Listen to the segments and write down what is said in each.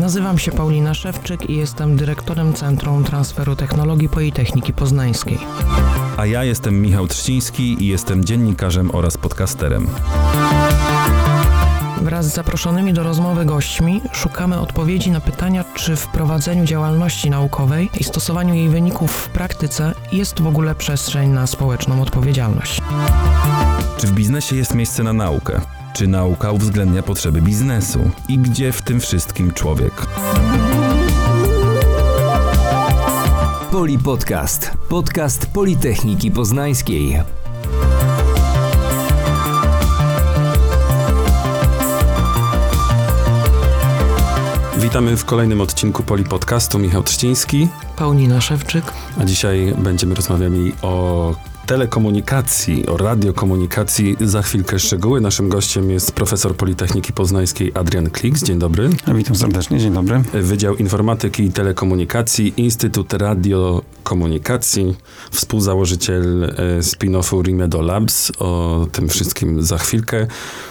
Nazywam się Paulina Szewczyk i jestem dyrektorem Centrum Transferu Technologii Politechniki Poznańskiej. A ja jestem Michał Trzciński i jestem dziennikarzem oraz podcasterem. Wraz z zaproszonymi do rozmowy gośćmi szukamy odpowiedzi na pytania, czy w prowadzeniu działalności naukowej i stosowaniu jej wyników w praktyce jest w ogóle przestrzeń na społeczną odpowiedzialność. Czy w biznesie jest miejsce na naukę? Czy nauka uwzględnia potrzeby biznesu? I gdzie w tym wszystkim człowiek? Polipodcast. Podcast Politechniki Poznańskiej. Witamy w kolejnym odcinku Polipodcastu. Michał Trzciński. Paulina Szewczyk. A dzisiaj będziemy rozmawiali o telekomunikacji, o radiokomunikacji. Za chwilkę szczegóły. Naszym gościem jest profesor Politechniki Poznańskiej Adrian Kliks. Dzień dobry. Witam serdecznie, dzień dobry. Wydział Informatyki i Telekomunikacji, Instytut Radiokomunikacji, współzałożyciel spin-offu Rimedo Labs. O tym wszystkim za chwilkę.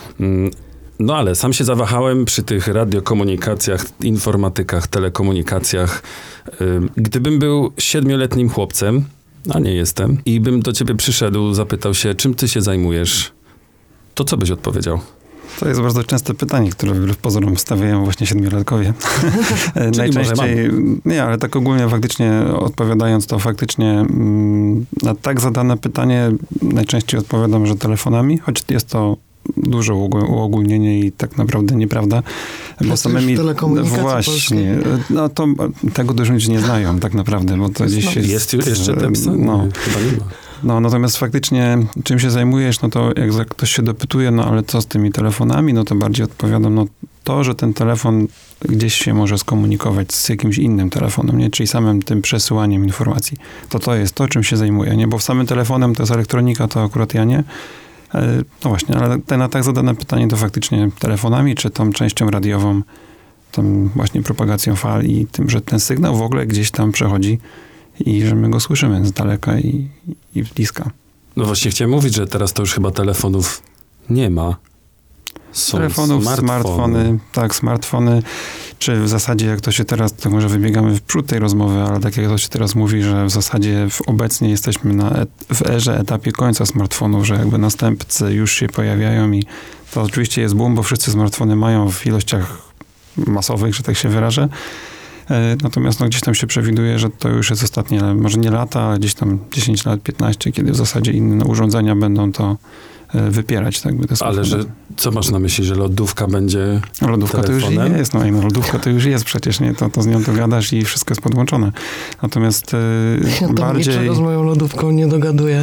No ale sam się zawahałem przy tych radiokomunikacjach, informatykach, telekomunikacjach. Gdybym był 7-letnim chłopcem, a nie jestem, i bym do ciebie przyszedł, zapytał się, czym ty się zajmujesz, to co byś odpowiedział? To jest bardzo częste pytanie, które wbrew pozorom stawiają właśnie 7-latkowie. Najczęściej, nie, ale tak ogólnie faktycznie odpowiadając, to faktycznie na tak zadane pytanie najczęściej odpowiadam, że telefonami, choć jest to duże uogólnienie i tak naprawdę nieprawda. Bo samymi właśnie, no to tego dużo ludzi nie znają tak naprawdę, bo to gdzieś jest już jeszcze napisane? No. Chyba nie ma. No, natomiast faktycznie, czym się zajmujesz, no to jak ktoś się dopytuje, no ale co z tymi telefonami, no to bardziej odpowiadam, no to, że ten telefon gdzieś się może skomunikować z jakimś innym telefonem, nie? Czyli samym tym przesyłaniem informacji. To jest to, czym się zajmuję, nie? Bo samym telefonem to jest elektronika, to akurat ja nie. No właśnie, ale na tak zadane pytanie to faktycznie telefonami, czy tą częścią radiową, tą właśnie propagacją fal i tym, że ten sygnał w ogóle gdzieś tam przechodzi i że my go słyszymy z daleka i bliska. No właśnie chciałem mówić, że teraz to już chyba telefonów nie ma. Są telefonów, smartfony, tak, smartfony, czy w zasadzie jak to się teraz, to może wybiegamy w przód tej rozmowy, ale tak jak to się teraz mówi, że w zasadzie obecnie jesteśmy w erze, etapie końca smartfonów, że jakby następcy już się pojawiają i to oczywiście jest boom, bo wszyscy smartfony mają w ilościach masowych, że tak się wyrażę. Natomiast gdzieś tam się przewiduje, że to już jest ostatnie, może nie lata, ale gdzieś tam 10 lat, 15, kiedy w zasadzie inne urządzenia będą to wypierać. Tak by te ale że, co masz na myśli, że lodówka będzie lodówka telefonem? To już nie jest, lodówka to już jest przecież, nie? To z nią to gadasz i wszystko jest podłączone. Natomiast ja bardziej... niczego z moją lodówką nie dogaduję.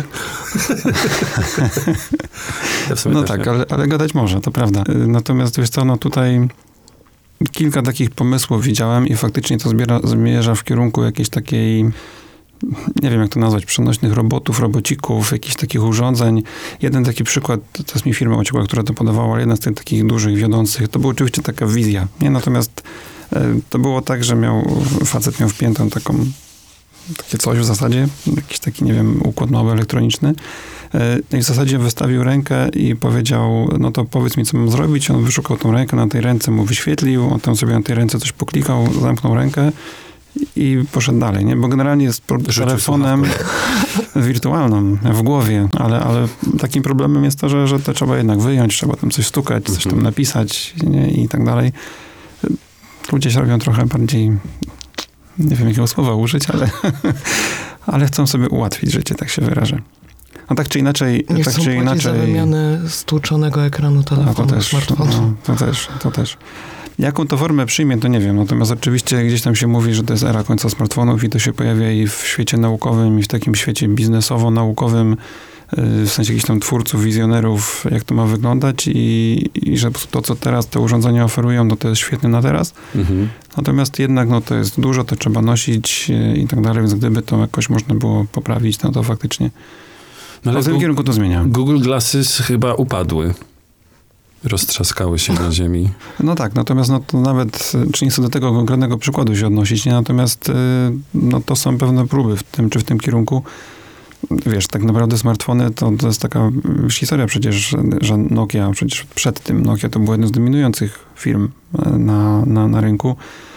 No tak, ale gadać może, to prawda. Natomiast wiesz co, tutaj kilka takich pomysłów widziałem i faktycznie to zmierza w kierunku jakiejś takiej, nie wiem jak to nazwać, przenośnych robotów, robocików, jakichś takich urządzeń. Jeden taki przykład, to jest mi firma Ociekła, która to podawała, ale jedna z tych takich dużych, wiodących, to była oczywiście taka wizja, nie? Natomiast to było tak, że facet miał wpiętą takie coś w zasadzie, jakiś taki, nie wiem, układ mały elektroniczny. I w zasadzie wystawił rękę i powiedział, no to powiedz mi, co mam zrobić. On wyszukał tą rękę, na tej ręce mu wyświetlił, on tam sobie na tej ręce coś poklikał, zamknął rękę i poszedł dalej, nie? Bo generalnie jest telefonem wirtualnym w głowie, ale takim problemem jest to, że to trzeba jednak wyjąć, trzeba tam coś stukać, coś tam napisać, nie? I tak dalej. Ludzie się robią trochę bardziej, nie wiem jakiego słowa użyć, ale chcą sobie ułatwić życie, tak się wyrażę. A tak czy inaczej... Nie chcą płacić za wymianę stłuczonego ekranu telefonu, smartfonu. To też. Jaką to formę przyjmie, to nie wiem. Natomiast oczywiście gdzieś tam się mówi, że to jest era końca smartfonów i to się pojawia i w świecie naukowym, i w takim świecie biznesowo-naukowym, w sensie jakichś tam twórców, wizjonerów, jak to ma wyglądać i że to, co teraz te urządzenia oferują, to jest świetne na teraz. Mhm. Natomiast jednak to jest dużo, to trzeba nosić i tak dalej, więc gdyby to jakoś można było poprawić, to faktycznie ale w tym kierunku to zmienia. Google Glasses chyba upadły. Roztrzaskały się na ziemi. No tak, natomiast to nawet, czy nie chcę do tego konkretnego przykładu się odnosić, nie? Natomiast to są pewne próby w tym kierunku. Wiesz, tak naprawdę smartfony to jest taka historia przecież, że Nokia, przecież przed tym Nokia to była jedna z dominujących firm na rynku.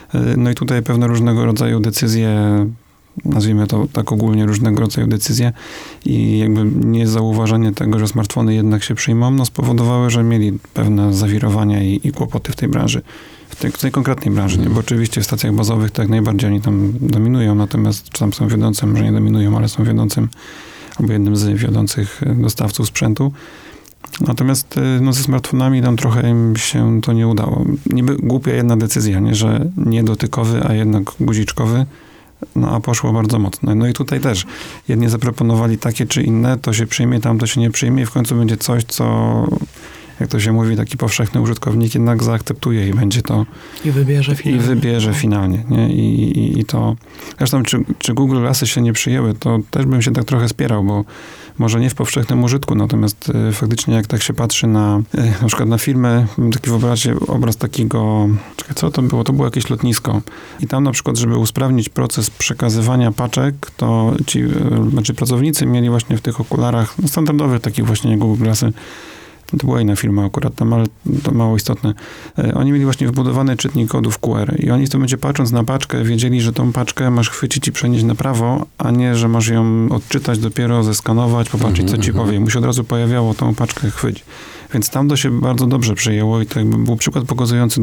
No i tutaj pewne różnego rodzaju decyzje, nazwijmy to tak ogólnie, różnego rodzaju decyzje i jakby niezauważenie tego, że smartfony jednak się przyjmą, no spowodowały, że mieli pewne zawirowania i kłopoty w tej branży. W tej konkretnej branży, nie? Bo oczywiście w stacjach bazowych tak najbardziej oni tam dominują, natomiast czy tam są wiodącym, może nie dominują, ale są wiodącym albo jednym z wiodących dostawców sprzętu. Natomiast no, ze smartfonami tam trochę im się to nie udało. Niby głupia jedna decyzja, nie? Że nie dotykowy, a jednak guziczkowy, no a poszło bardzo mocno. No i tutaj też jedni zaproponowali takie czy inne, to się przyjmie, tam to się nie przyjmie i w końcu będzie coś, co, jak to się mówi, taki powszechny użytkownik jednak zaakceptuje i będzie to... I wybierze finalnie. I wybierze finalnie, nie? I to... Zresztą, czy Google Glassy się nie przyjęły, to też bym się tak trochę spierał, bo może nie w powszechnym użytku, natomiast faktycznie jak tak się patrzy na przykład na filmy, taki wyobraźcie obraz takiego, czekaj, co to było? To było jakieś lotnisko. I tam na przykład, żeby usprawnić proces przekazywania paczek, to ci pracownicy mieli właśnie w tych okularach, no, standardowych takich właśnie Google Glassy, to była inna firma akurat tam, ale to mało istotne. Oni mieli właśnie wbudowany czytnik kodów QR i oni w tym momencie patrząc na paczkę wiedzieli, że tą paczkę masz chwycić i przenieść na prawo, a nie, że masz ją odczytać dopiero, zeskanować, popatrzeć, co ci powie. Mu się od razu pojawiało tą paczkę chwyć. Więc tam to się bardzo dobrze przyjęło i to jakby był przykład pokazujący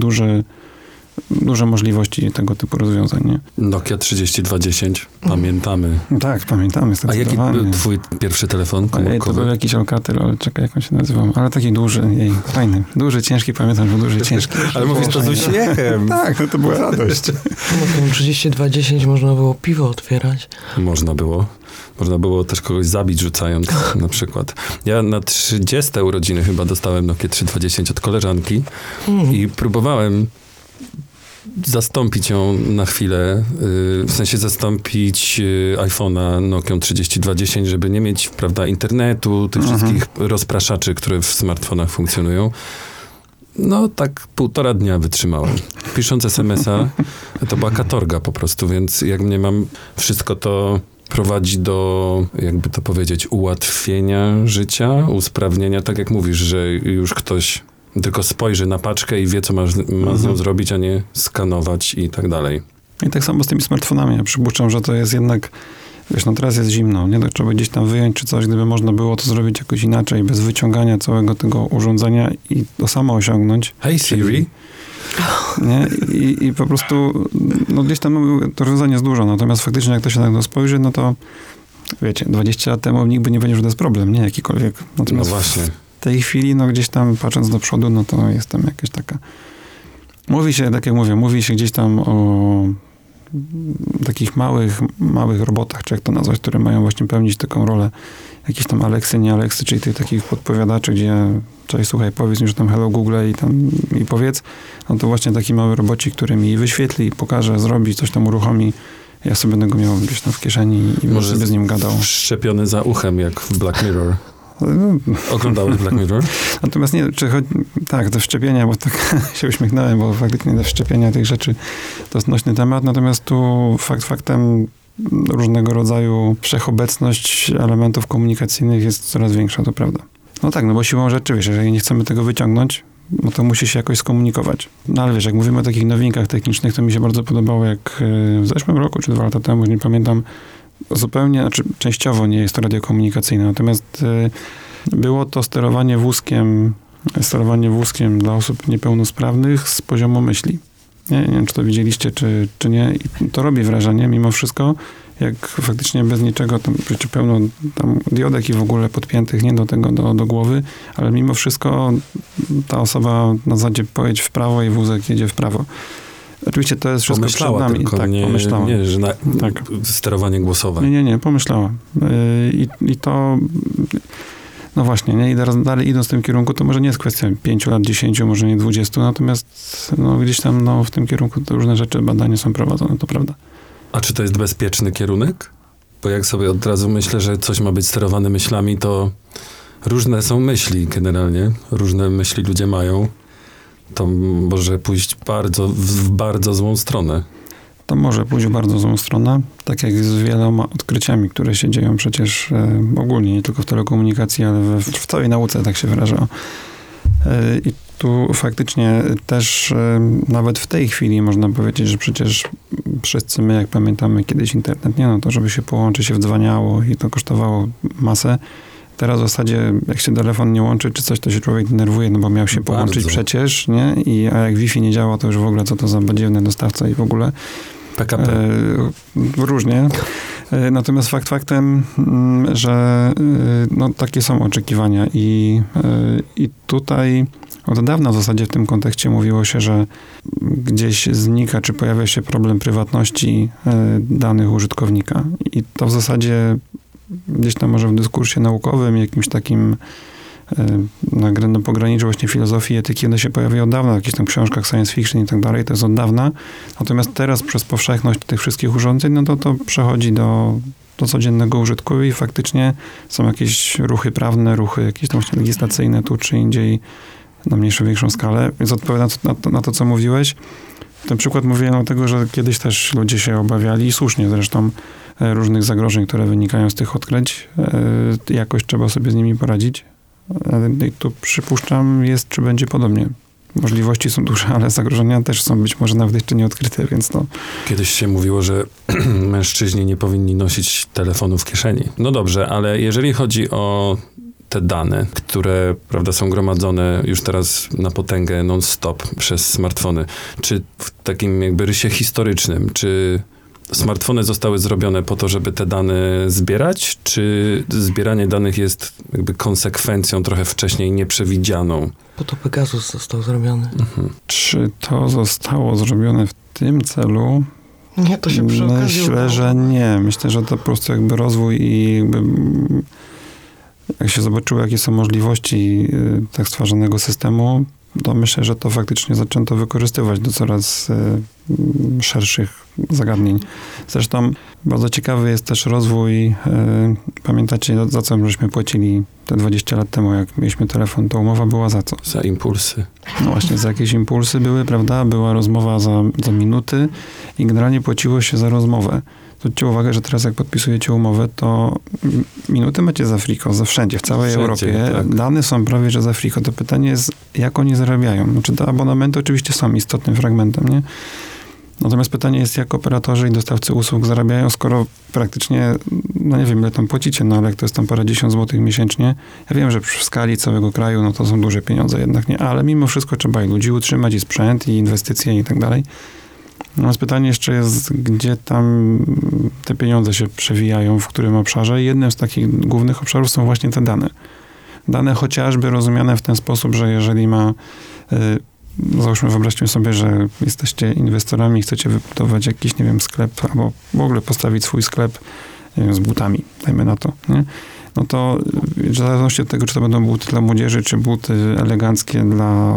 duże możliwości tego typu rozwiązań, nie? Nokia 3210, pamiętamy. Tak, pamiętamy. A jaki był twój pierwszy telefon komórkowy? To był jakiś Alcatel, ale czekaj, jak on się nazywał. Ale taki duży, fajny. Duży, ciężki, pamiętam, że duży, ciężki. Ale mówisz to z uśmiechem. Tak, no to była radość. No, 3210 można było piwo otwierać. Można było też kogoś zabić rzucając na przykład. Ja na 30 urodziny chyba dostałem Nokia 3210 od koleżanki i próbowałem zastąpić ją na chwilę, w sensie zastąpić iPhone'a Nokią 3210, żeby nie mieć, prawda, internetu, tych wszystkich rozpraszaczy, które w smartfonach funkcjonują. No tak 1,5 dnia wytrzymałem. Pisząc SMS-a, to była katorga po prostu, więc jak mnie mam wszystko to prowadzi do, jakby to powiedzieć, ułatwienia życia, usprawnienia, tak jak mówisz, że już ktoś tylko spojrzy na paczkę i wie, co ma z nią zrobić, a nie skanować i tak dalej. I tak samo z tymi smartfonami. Ja przypuszczam, że to jest jednak, wiesz, no teraz jest zimno, nie? To trzeba gdzieś tam wyjąć czy coś, gdyby można było to zrobić jakoś inaczej, bez wyciągania całego tego urządzenia i to samo osiągnąć. Hej Siri. Nie? I po prostu, no gdzieś tam to rozwiązanie jest dużo, natomiast faktycznie jak to się tak to spojrzy, no to wiecie, 20 lat temu nikt by nie wiedział, że to jest problem, nie? Jakikolwiek. Natomiast no właśnie. w tej chwili, no gdzieś tam patrząc do przodu, no to jest tam jakaś taka... Mówi się, tak jak mówię, mówi się gdzieś tam o takich małych robotach, czy jak to nazwać, które mają właśnie pełnić taką rolę jakieś tam Aleksy, nie Aleksy, czyli tych takich podpowiadaczy, gdzie cześć, słuchaj, powiedz mi, że tam hello Google i powiedz, no to właśnie taki mały robocik, który mi wyświetli, pokaże, zrobi, coś tam uruchomi. Ja sobie będę go miał gdzieś tam w kieszeni i może sobie z nim gadał. Wszczepiony za uchem, jak w Black Mirror. Oglądałeś Black Mirror? Natomiast nie, tak, te wszczepienia, bo tak się uśmiechnąłem, bo faktycznie te wszczepienia tych rzeczy to jest nośny temat, natomiast tu faktem różnego rodzaju wszechobecność elementów komunikacyjnych jest coraz większa, to prawda. No tak, no bo siłą rzeczy, wiesz, jeżeli nie chcemy tego wyciągnąć, no to musi się jakoś skomunikować. No ale wiesz, jak mówimy o takich nowinkach technicznych, to mi się bardzo podobało, jak w zeszłym roku, czy 2 lata temu, nie pamiętam, zupełnie, znaczy częściowo nie jest to radio komunikacyjne, natomiast było to sterowanie wózkiem dla osób niepełnosprawnych z poziomu myśli. Nie wiem, czy to widzieliście, czy nie. I to robi wrażenie mimo wszystko, jak faktycznie bez niczego, tam przecież pełno tam diodek i w ogóle podpiętych, nie do tego, do głowy, ale mimo wszystko ta osoba na zasadzie pojedź w prawo i wózek jedzie w prawo. Oczywiście to jest wszystko przed nami. Tylko tak, pomyślała. Nie, że tak. Sterowanie głosowe. Nie, pomyślała. I to... No właśnie, nie? I dalej idąc w tym kierunku, to może nie jest kwestia 5 lat, 10, może nie 20, natomiast no, gdzieś tam no, w tym kierunku to różne rzeczy, badania są prowadzone, to prawda. A czy to jest bezpieczny kierunek? Bo jak sobie od razu myślę, że coś ma być sterowane myślami, to różne są myśli generalnie. Różne myśli ludzie mają. To może pójść w bardzo złą stronę. To może pójść w bardzo złą stronę, tak jak z wieloma odkryciami, które się dzieją przecież ogólnie, nie tylko w telekomunikacji, ale w całej nauce, tak się wyraża. I Tu faktycznie też nawet w tej chwili można powiedzieć, że przecież wszyscy my, jak pamiętamy kiedyś internet, nie no to, żeby się połączyć, się wdzwaniało i to kosztowało masę. Teraz w zasadzie, jak się telefon nie łączy, czy coś, to się człowiek denerwuje, no bo miał się połączyć przecież, nie? A jak Wi-Fi nie działa, to już w ogóle co to za badziewny dostawca i w ogóle... PKP. Różnie. Natomiast faktem, że no, takie są oczekiwania i tutaj od dawna w zasadzie w tym kontekście mówiło się, że gdzieś znika, czy pojawia się problem prywatności danych użytkownika. I to w zasadzie gdzieś tam może w dyskursie naukowym, jakimś takim na pograniczu właśnie filozofii, etyki, one się pojawiają od dawna, w jakichś tam książkach science fiction i tak dalej, to jest od dawna. Natomiast teraz przez powszechność tych wszystkich urządzeń, no to przechodzi do codziennego użytku i faktycznie są jakieś ruchy prawne, ruchy jakieś tam właśnie legislacyjne tu czy indziej na mniejszą, większą skalę. Więc odpowiadam na to, co mówiłeś. Ten przykład mówiłem o tego, że kiedyś też ludzie się obawiali i słusznie zresztą różnych zagrożeń, które wynikają z tych odkryć. Jakoś trzeba sobie z nimi poradzić. I tu przypuszczam jest, czy będzie podobnie. Możliwości są duże, ale zagrożenia też są być może nawet jeszcze nie odkryte, więc to... Kiedyś się mówiło, że mężczyźni nie powinni nosić telefonu w kieszeni. No dobrze, ale jeżeli chodzi o te dane, które, prawda, są gromadzone już teraz na potęgę non-stop przez smartfony, czy w takim jakby rysie historycznym, czy smartfony zostały zrobione po to, żeby te dane zbierać, czy zbieranie danych jest jakby konsekwencją trochę wcześniej nieprzewidzianą? Po to Pegasus został zrobiony. Czy to zostało zrobione w tym celu? Nie, to się przy okazji Myślę, że nie. Myślę, że to po prostu jakby rozwój i jakby jak się zobaczyło, jakie są możliwości tak stwarzanego systemu, to myślę, że to faktycznie zaczęto wykorzystywać do coraz szerszych zagadnień. Zresztą bardzo ciekawy jest też rozwój, pamiętacie, za co żeśmy płacili te 20 lat temu, jak mieliśmy telefon, to umowa była za co? Za impulsy. No właśnie, za jakieś impulsy były, prawda? Była rozmowa za minuty i generalnie płaciło się za rozmowę. Zwróćcie uwagę, że teraz jak podpisujecie umowę, to minuty macie za friko, za wszędzie, w całej Europie. Tak. Dane są prawie, że za friko. To pytanie jest, jak oni zarabiają? Znaczy te abonamenty oczywiście są istotnym fragmentem, nie? Natomiast pytanie jest, jak operatorzy i dostawcy usług zarabiają, skoro praktycznie, no nie wiem, ile tam płacicie, no ale jak to jest tam parędziesiąt złotych miesięcznie. Ja wiem, że w skali całego kraju, no to są duże pieniądze jednak, nie? Ale mimo wszystko trzeba i ludzi utrzymać, i sprzęt, i inwestycje, i tak dalej. Natomiast pytanie jeszcze jest, gdzie tam te pieniądze się przewijają, w którym obszarze. Jednym z takich głównych obszarów są właśnie te dane. Dane chociażby rozumiane w ten sposób, że jeżeli załóżmy, wyobraźmy sobie, że jesteście inwestorami i chcecie wybudować jakiś, nie wiem, sklep, albo w ogóle postawić swój sklep, nie wiem, z butami, dajmy na to, nie? No to w zależności od tego, czy to będą buty dla młodzieży, czy buty eleganckie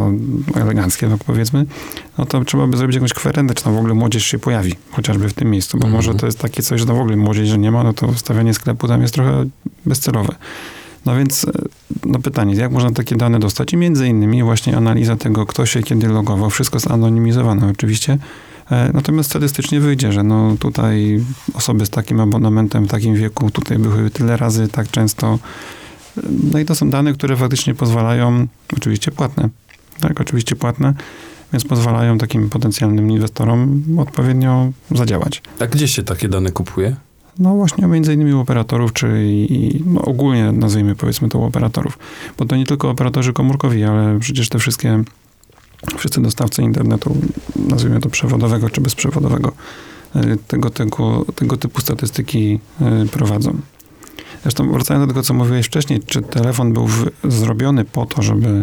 tak powiedzmy, no to trzeba by zrobić jakąś kwerendę, czy tam w ogóle młodzież się pojawi, chociażby w tym miejscu, bo może to jest takie coś, że w ogóle młodzieży nie ma, no to stawianie sklepu tam jest trochę bezcelowe. No więc no pytanie, jak można takie dane dostać? I między innymi właśnie analiza tego, kto się kiedy logował, wszystko zanonimizowane oczywiście. Natomiast statystycznie wyjdzie, że no tutaj osoby z takim abonamentem w takim wieku tutaj były tyle razy, tak często. No i to są dane, które faktycznie pozwalają, oczywiście płatne, tak, oczywiście płatne, więc pozwalają takim potencjalnym inwestorom odpowiednio zadziałać. A gdzie się takie dane kupuje? No właśnie między innymi u operatorów, czy no ogólnie nazwijmy powiedzmy to u operatorów. Bo to nie tylko operatorzy komórkowi, ale przecież te wszyscy dostawcy internetu, nazwijmy to przewodowego czy bezprzewodowego, tego typu statystyki prowadzą. Zresztą wracając do tego, co mówiłeś wcześniej, czy telefon był zrobiony po to, żeby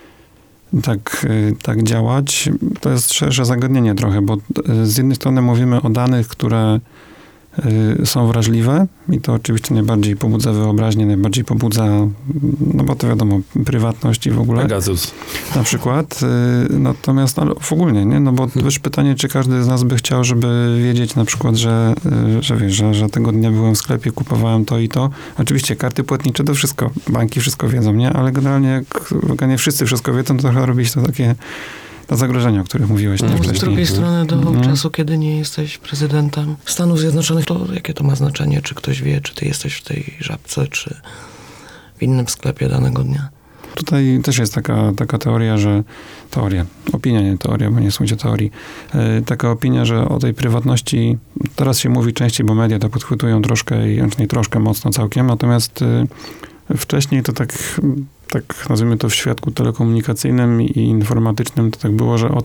tak działać, to jest szersze zagadnienie trochę, bo z jednej strony mówimy o danych, które są wrażliwe i to oczywiście najbardziej pobudza wyobraźnię, najbardziej pobudza, no bo to wiadomo, prywatność i w ogóle. Pegasus. Na przykład. Natomiast w ogóle, nie? No bo też pytanie, czy każdy z nas by chciał, żeby wiedzieć na przykład, że wiesz, że tego dnia byłem w sklepie, kupowałem to i to. Oczywiście karty płatnicze to wszystko, banki wszystko wiedzą, nie? Ale generalnie jak nie wszyscy wszystko wiedzą, to trochę robi się to takie te zagrożenia, o których mówiłeś. Z drugiej strony do czasu, kiedy nie jesteś prezydentem Stanów Zjednoczonych, to jakie to ma znaczenie, czy ktoś wie, czy ty jesteś w tej Żabce, czy w innym sklepie danego dnia? Tutaj też jest taka teoria, opinia, nie teoria, bo nie słuchajcie teorii, taka opinia, że o tej prywatności teraz się mówi częściej, bo media to podchwytują troszkę, nie troszkę, mocno całkiem, natomiast wcześniej to tak nazwijmy to w świadku telekomunikacyjnym i informatycznym, to tak było, że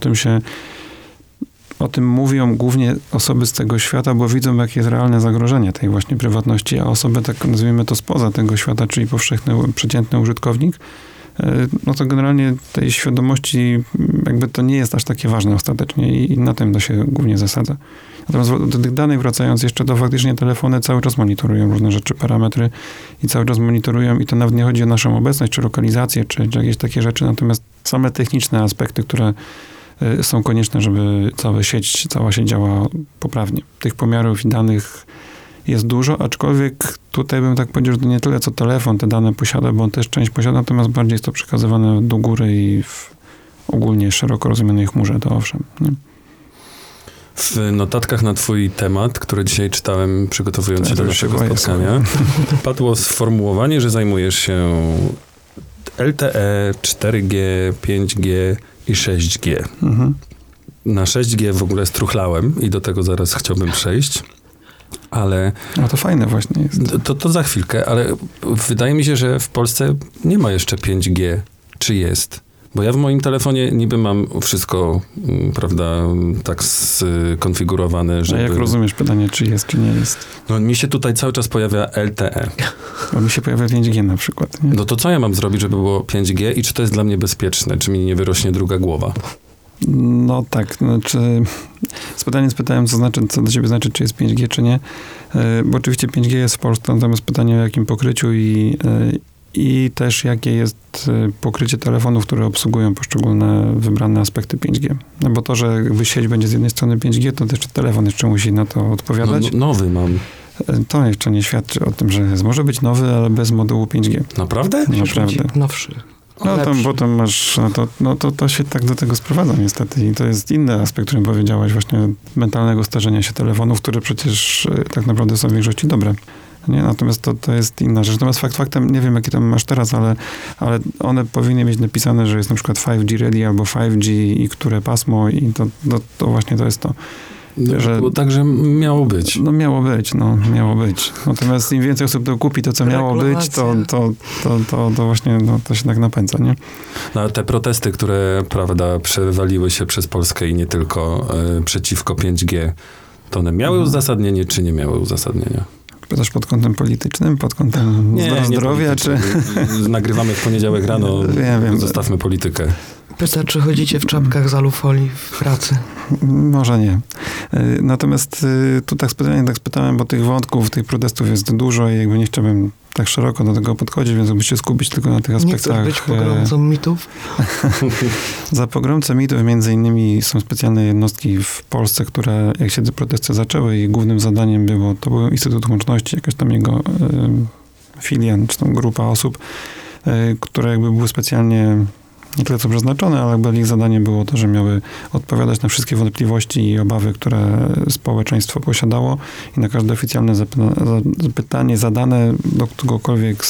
o tym mówią głównie osoby z tego świata, bo widzą, jakie jest realne zagrożenie tej właśnie prywatności, a osoby, tak nazwijmy to spoza tego świata, czyli powszechny, przeciętny użytkownik, no to generalnie tej świadomości jakby to nie jest aż takie ważne ostatecznie i na tym to się głównie zasadza. Natomiast do tych danych wracając jeszcze, to faktycznie telefony cały czas monitorują różne rzeczy, parametry i cały czas monitorują i to nawet nie chodzi o naszą obecność, czy lokalizację, czy jakieś takie rzeczy, natomiast same techniczne aspekty, które są konieczne, żeby cała sieć działała poprawnie. Tych pomiarów i danych jest dużo, aczkolwiek tutaj bym tak powiedział, że to nie tyle, co telefon te dane posiada, bo on też część posiada, natomiast bardziej jest to przekazywane do góry i w ogólnie szeroko rozumianej chmurze, to owszem. Nie? W notatkach na twój temat, które dzisiaj czytałem, przygotowując się do naszego spotkania, padło sformułowanie, że zajmujesz się LTE, 4G, 5G i 6G. Mhm. Na 6G w ogóle struchlałem i do tego zaraz chciałbym przejść, ale... No to fajne właśnie jest. To za chwilkę, ale wydaje mi się, że w Polsce nie ma jeszcze 5G. Czy jest? Bo ja w moim telefonie niby mam wszystko, prawda, tak skonfigurowane, żeby... A jak rozumiesz pytanie, czy jest, czy nie jest? No mi się tutaj cały czas pojawia LTE. Bo mi się pojawia 5G na przykład. Nie? No to co ja mam zrobić, żeby było 5G i czy to jest dla mnie bezpieczne? Czy mi nie wyrośnie druga głowa? No tak, znaczy spytałem, co do ciebie znaczy, czy jest 5G, czy nie. Bo oczywiście 5G jest w Polsce, natomiast pytanie o jakim pokryciu i też jakie jest pokrycie telefonów, które obsługują poszczególne wybrane aspekty 5G. No bo to, że jakby sieć będzie z jednej strony 5G, to też telefon jeszcze musi na to odpowiadać. No, nowy mam. To jeszcze nie świadczy o tym, że może być nowy, ale bez modułu 5G. Naprawdę? Naprawdę. Nowszy. No tam potem masz, to się tak do tego sprowadza niestety i to jest inny aspekt, którym powiedziałaś, właśnie mentalnego starzenia się telefonów, które przecież tak naprawdę są w większości dobre. Nie? Natomiast to jest inna rzecz. Natomiast faktem, nie wiem jaki tam masz teraz, ale one powinny mieć napisane, że jest na przykład 5G ready albo 5G i które pasmo i to właśnie to jest to. Że, także miało być. No miało być. Natomiast im więcej osób to kupi to, co miało być, to właśnie to się tak napędza, nie? No, te protesty, które, prawda, przewaliły się przez Polskę i nie tylko przeciwko 5G, to one miały uzasadnienie, czy nie miały uzasadnienia? Pytasz pod kątem politycznym, pod kątem zdrowia, czy... Nagrywamy w poniedziałek rano, wiem. Zostawmy politykę. Pyta, czy chodzicie w czapkach z alufolii w pracy? Może nie. Natomiast tu tak spytałem, bo tych wątków, tych protestów jest dużo i jakby nie chciałbym tak szeroko do tego podchodzić, więc by się skupić tylko na tych aspektach. Nie chcesz być pogromcą mitów? Za pogromcę mitów między innymi są specjalne jednostki w Polsce, które jak się te protesty zaczęły i głównym zadaniem to był Instytut Łączności, jakaś tam jego filia, czy tam grupa osób, które jakby były specjalnie nie tyle co przeznaczone, ale jakby ich zadanie było to, że miały odpowiadać na wszystkie wątpliwości i obawy, które społeczeństwo posiadało i na każde oficjalne pytanie zadane do kogokolwiek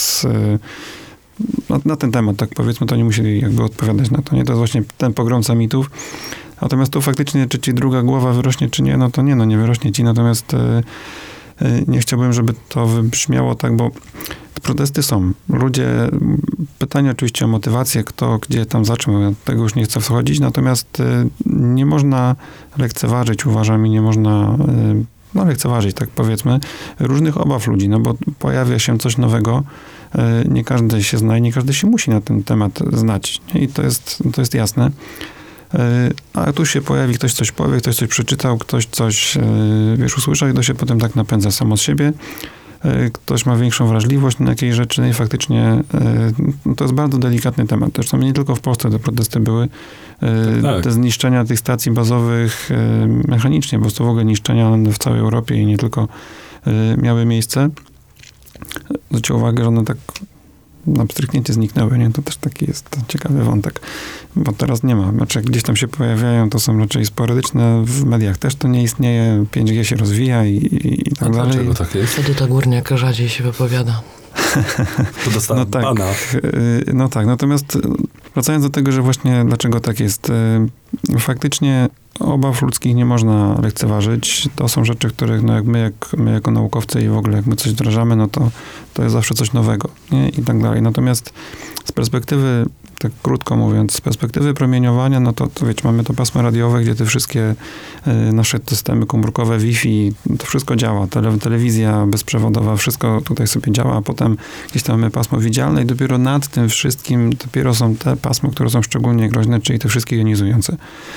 na ten temat, tak powiedzmy, to nie musieli jakby odpowiadać na to. Nie? To jest właśnie ten pogromca mitów. Natomiast tu faktycznie, czy ci druga głowa wyrośnie, czy nie, no to nie wyrośnie ci. Natomiast nie chciałbym, żeby to wybrzmiało tak, bo protesty są. Pytanie oczywiście o motywację, kto gdzie tam zaczął, ja tego już nie chcę wchodzić, natomiast nie można lekceważyć, uważam, i nie można lekceważyć, tak powiedzmy, różnych obaw ludzi, no bo pojawia się coś nowego, nie każdy się zna i nie każdy się musi na ten temat znać. I to jest jasne. A tu się pojawi, ktoś coś powie, ktoś coś przeczytał, ktoś coś, usłyszał i to się potem tak napędza samo z siebie. Ktoś ma większą wrażliwość na jakieś rzeczy i faktycznie to jest bardzo delikatny temat. Zresztą nie tylko w Polsce te protesty były. Tak. Te zniszczenia tych stacji bazowych mechanicznie, bo to w ogóle niszczenia w całej Europie i nie tylko miały miejsce. Zwróćcie uwagę, że one tak na pstryknięcie zniknęły, nie? To też taki jest ciekawy wątek, bo teraz nie ma. Znaczy, jak gdzieś tam się pojawiają, to są raczej sporadyczne, w mediach też to nie istnieje, 5G się rozwija i tak dalej. Dlaczego tak jest? Wtedy ta Górniak rzadziej się wypowiada. To dostałem pana. No tak, natomiast wracając do tego, że właśnie dlaczego tak jest, faktycznie obaw ludzkich nie można lekceważyć. To są rzeczy, których jak my jako naukowcy i w ogóle jak my coś wdrażamy, no to jest zawsze coś nowego, nie? I tak dalej. Natomiast z perspektywy, tak krótko mówiąc, z perspektywy promieniowania, no to wiecie, mamy to pasmo radiowe, gdzie te wszystkie nasze systemy komórkowe, Wi-Fi, to wszystko działa. Telewizja bezprzewodowa, wszystko tutaj sobie działa, a potem gdzieś tam mamy pasmo widzialne i dopiero nad tym wszystkim dopiero są te pasma, które są szczególnie groźne, czyli te wszystkie jonizujące.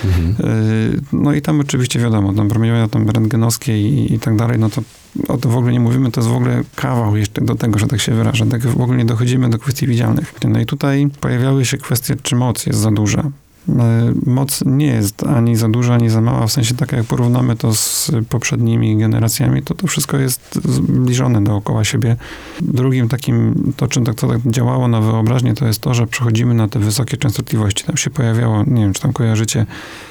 No i tam oczywiście wiadomo, tam promieniowania tam rentgenowskie i tak dalej, no to o tym w ogóle nie mówimy, to jest w ogóle kawał jeszcze do tego, że tak się wyraża. Tak w ogóle nie dochodzimy do kwestii widzialnych. No i tutaj pojawiały się kwestie, czy moc jest za duża. Moc nie jest ani za duża, ani za mała, w sensie tak jak porównamy to z poprzednimi generacjami, to wszystko jest zbliżone dookoła siebie. Drugim takim, to czym tak działało na wyobraźnię, to jest to, że przechodzimy na te wysokie częstotliwości. Tam się pojawiało, nie wiem, czy tam kojarzycie,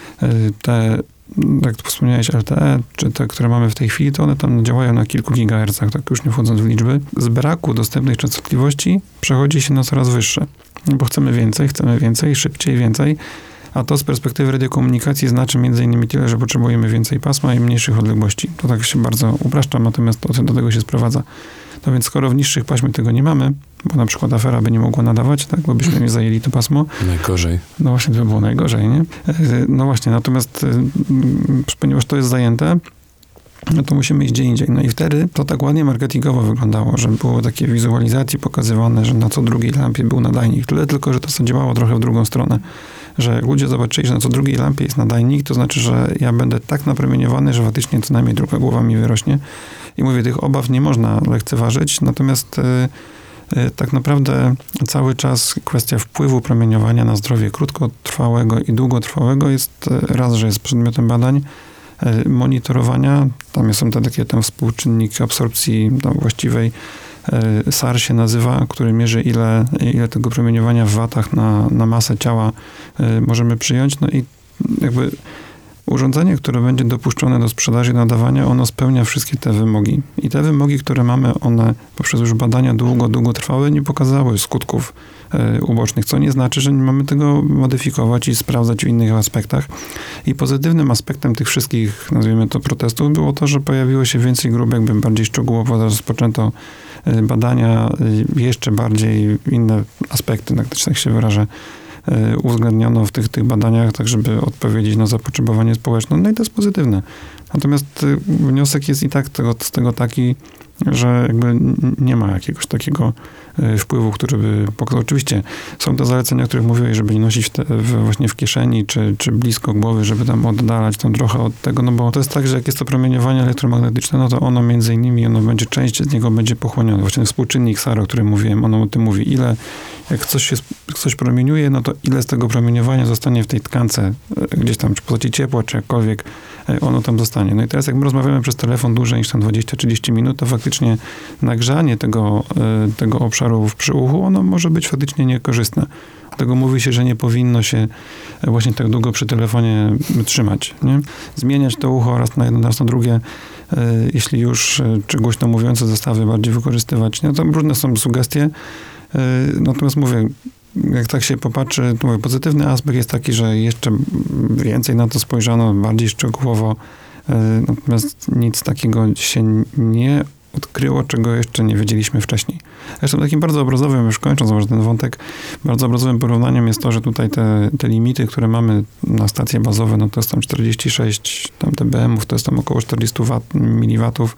te, jak tu wspomniałeś, LTE, czy te, które mamy w tej chwili, to one tam działają na kilku gigahercach, tak już nie wchodząc w liczby. Z braku dostępnej częstotliwości przechodzi się na coraz wyższe, bo chcemy więcej, szybciej, więcej, a to z perspektywy radiokomunikacji znaczy między innymi tyle, że potrzebujemy więcej pasma i mniejszych odległości. To tak się bardzo upraszczam, natomiast to do tego się sprowadza. No więc skoro w niższych paśmie tego nie mamy, bo na przykład afera by nie mogła nadawać, tak, bo byśmy nie zajęli to pasmo. Najgorzej. No właśnie, to by było najgorzej, nie? No właśnie, natomiast ponieważ to jest zajęte, no to musimy iść gdzie indziej. No i wtedy to tak ładnie marketingowo wyglądało, że było takie wizualizacji pokazywane, że na co drugiej lampie był nadajnik. Tyle tylko, że to działało trochę w drugą stronę. Że jak ludzie zobaczyli, że na co drugiej lampie jest nadajnik, to znaczy, że ja będę tak napromieniowany, że faktycznie co najmniej druga głowa mi wyrośnie. I mówię, tych obaw nie można lekceważyć, natomiast tak naprawdę cały czas kwestia wpływu promieniowania na zdrowie krótkotrwałego i długotrwałego jest raz, że jest przedmiotem badań, monitorowania, tam są te takie współczynniki absorpcji właściwej, SAR się nazywa, który mierzy ile tego promieniowania w watach na masę ciała możemy przyjąć, no i jakby urządzenie, które będzie dopuszczone do sprzedaży i nadawania, ono spełnia wszystkie te wymogi. I te wymogi, które mamy, one poprzez już badania długotrwałe nie pokazały skutków ubocznych, co nie znaczy, że nie mamy tego modyfikować i sprawdzać w innych aspektach. I pozytywnym aspektem tych wszystkich, nazwijmy to, protestów było to, że pojawiło się więcej grup, jakby bardziej szczegółowo rozpoczęto badania, jeszcze bardziej inne aspekty, tak się wyrażę, uwzględniono w tych badaniach, tak żeby odpowiedzieć na zapotrzebowanie społeczne. No i to jest pozytywne. Natomiast wniosek jest i tak z tego taki, że jakby nie ma jakiegoś takiego wpływu, który by pokazał. Oczywiście są te zalecenia, o których mówiłeś, żeby nie nosić właśnie w kieszeni, czy blisko głowy, żeby tam oddalać tam trochę od tego, no bo to jest tak, że jak jest to promieniowanie elektromagnetyczne, no to ono między innymi, część z niego będzie pochłoniona. Właśnie współczynnik SAR, o którym mówiłem, ono o tym mówi. Jak coś promieniuje, no to ile z tego promieniowania zostanie w tej tkance, gdzieś tam, czy w postaci ciepła, czy jakkolwiek, ono tam zostanie. No i teraz jak my rozmawiamy przez telefon dłużej niż tam 20-30 minut, to faktycznie nagrzanie tego obszaru przy uchu, ono może być faktycznie niekorzystne. Dlatego mówi się, że nie powinno się właśnie tak długo przy telefonie trzymać. Nie? Zmieniać to ucho raz na jedno, raz na drugie, jeśli już, czy głośno mówiące zestawy bardziej wykorzystywać. No, tam różne są sugestie. Natomiast mówię, jak tak się popatrzy, to mówię, pozytywny aspekt jest taki, że jeszcze więcej na to spojrzano, bardziej szczegółowo, natomiast nic takiego się nie odkryło, czego jeszcze nie wiedzieliśmy wcześniej. Zresztą takim bardzo obrazowym, już kończąc może ten wątek, bardzo obrazowym porównaniem jest to, że tutaj te limity, które mamy na stacje bazowe, no to jest tam 46 tam dBm-ów, to jest tam około 40 miliwatów,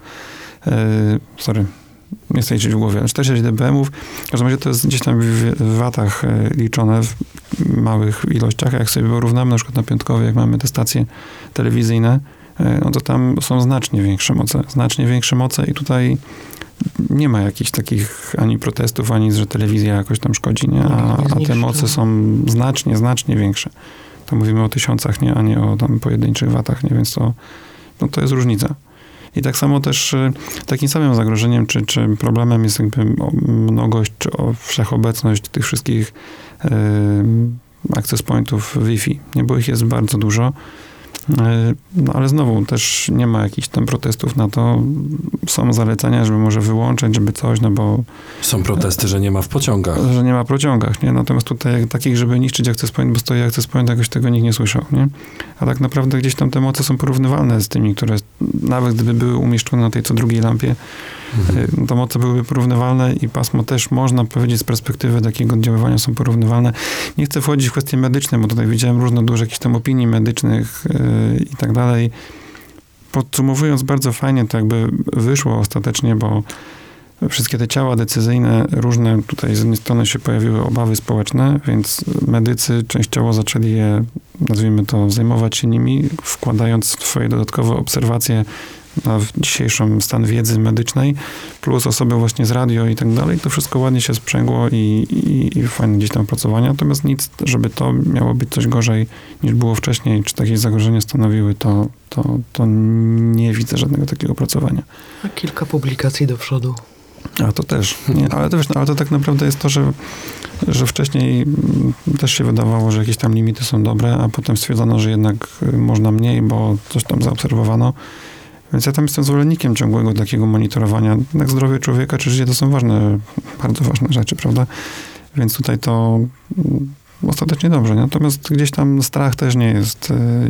nie chcę liczyć w głowie, 46 dBm-ów. W każdym razie to jest gdzieś tam w watach liczone w małych ilościach. Jak sobie porównamy na przykład na Piątkowie, jak mamy te stacje telewizyjne, no to tam są znacznie większe moce i tutaj nie ma jakichś takich ani protestów, ani że telewizja jakoś tam szkodzi, nie? A te moce są znacznie większe. To mówimy o tysiącach, nie? A nie o tam pojedynczych watach, nie? Więc to jest różnica. I tak samo też takim samym zagrożeniem, czy problemem jest jakby mnogość, czy wszechobecność tych wszystkich access pointów Wi-Fi, nie? Bo ich jest bardzo dużo. No ale znowu też nie ma jakichś tam protestów na to. Są zalecenia, żeby może wyłączać, żeby coś, no bo... Są protesty, że nie ma w pociągach. Że nie ma w pociągach, nie? Natomiast tutaj takich, żeby niszczyć access point, bo stoi access point, jakoś tego nikt nie słyszał, nie? A tak naprawdę gdzieś tam te moce są porównywalne z tymi, które nawet gdyby były umieszczone na tej co drugiej lampie, to moce byłyby porównywalne i pasmo też można powiedzieć z perspektywy takiego oddziaływania są porównywalne. Nie chcę wchodzić w kwestie medyczne, bo tutaj widziałem dużo jakichś tam opinii medycznych i tak dalej. Podsumowując, bardzo fajnie to jakby wyszło ostatecznie, bo wszystkie te ciała decyzyjne różne, tutaj z jednej strony się pojawiły obawy społeczne, więc medycy częściowo zaczęli je, nazwijmy to, zajmować się nimi, wkładając swoje dodatkowe obserwacje na dzisiejszy stan wiedzy medycznej, plus osoby właśnie z radio i tak dalej, to wszystko ładnie się sprzęgło i fajnie gdzieś tam opracowania, natomiast nic, żeby to miało być coś gorzej niż było wcześniej, czy takie zagrożenie stanowiły, to nie widzę żadnego takiego opracowania. A kilka publikacji do przodu. A to też, nie, ale to tak naprawdę jest to, że wcześniej też się wydawało, że jakieś tam limity są dobre, a potem stwierdzono, że jednak można mniej, bo coś tam zaobserwowano. Więc ja tam jestem zwolennikiem ciągłego takiego monitorowania. Jednak zdrowie człowieka czy życie to są ważne, bardzo ważne rzeczy, prawda? Więc tutaj to ostatecznie dobrze. Natomiast gdzieś tam strach też nie jest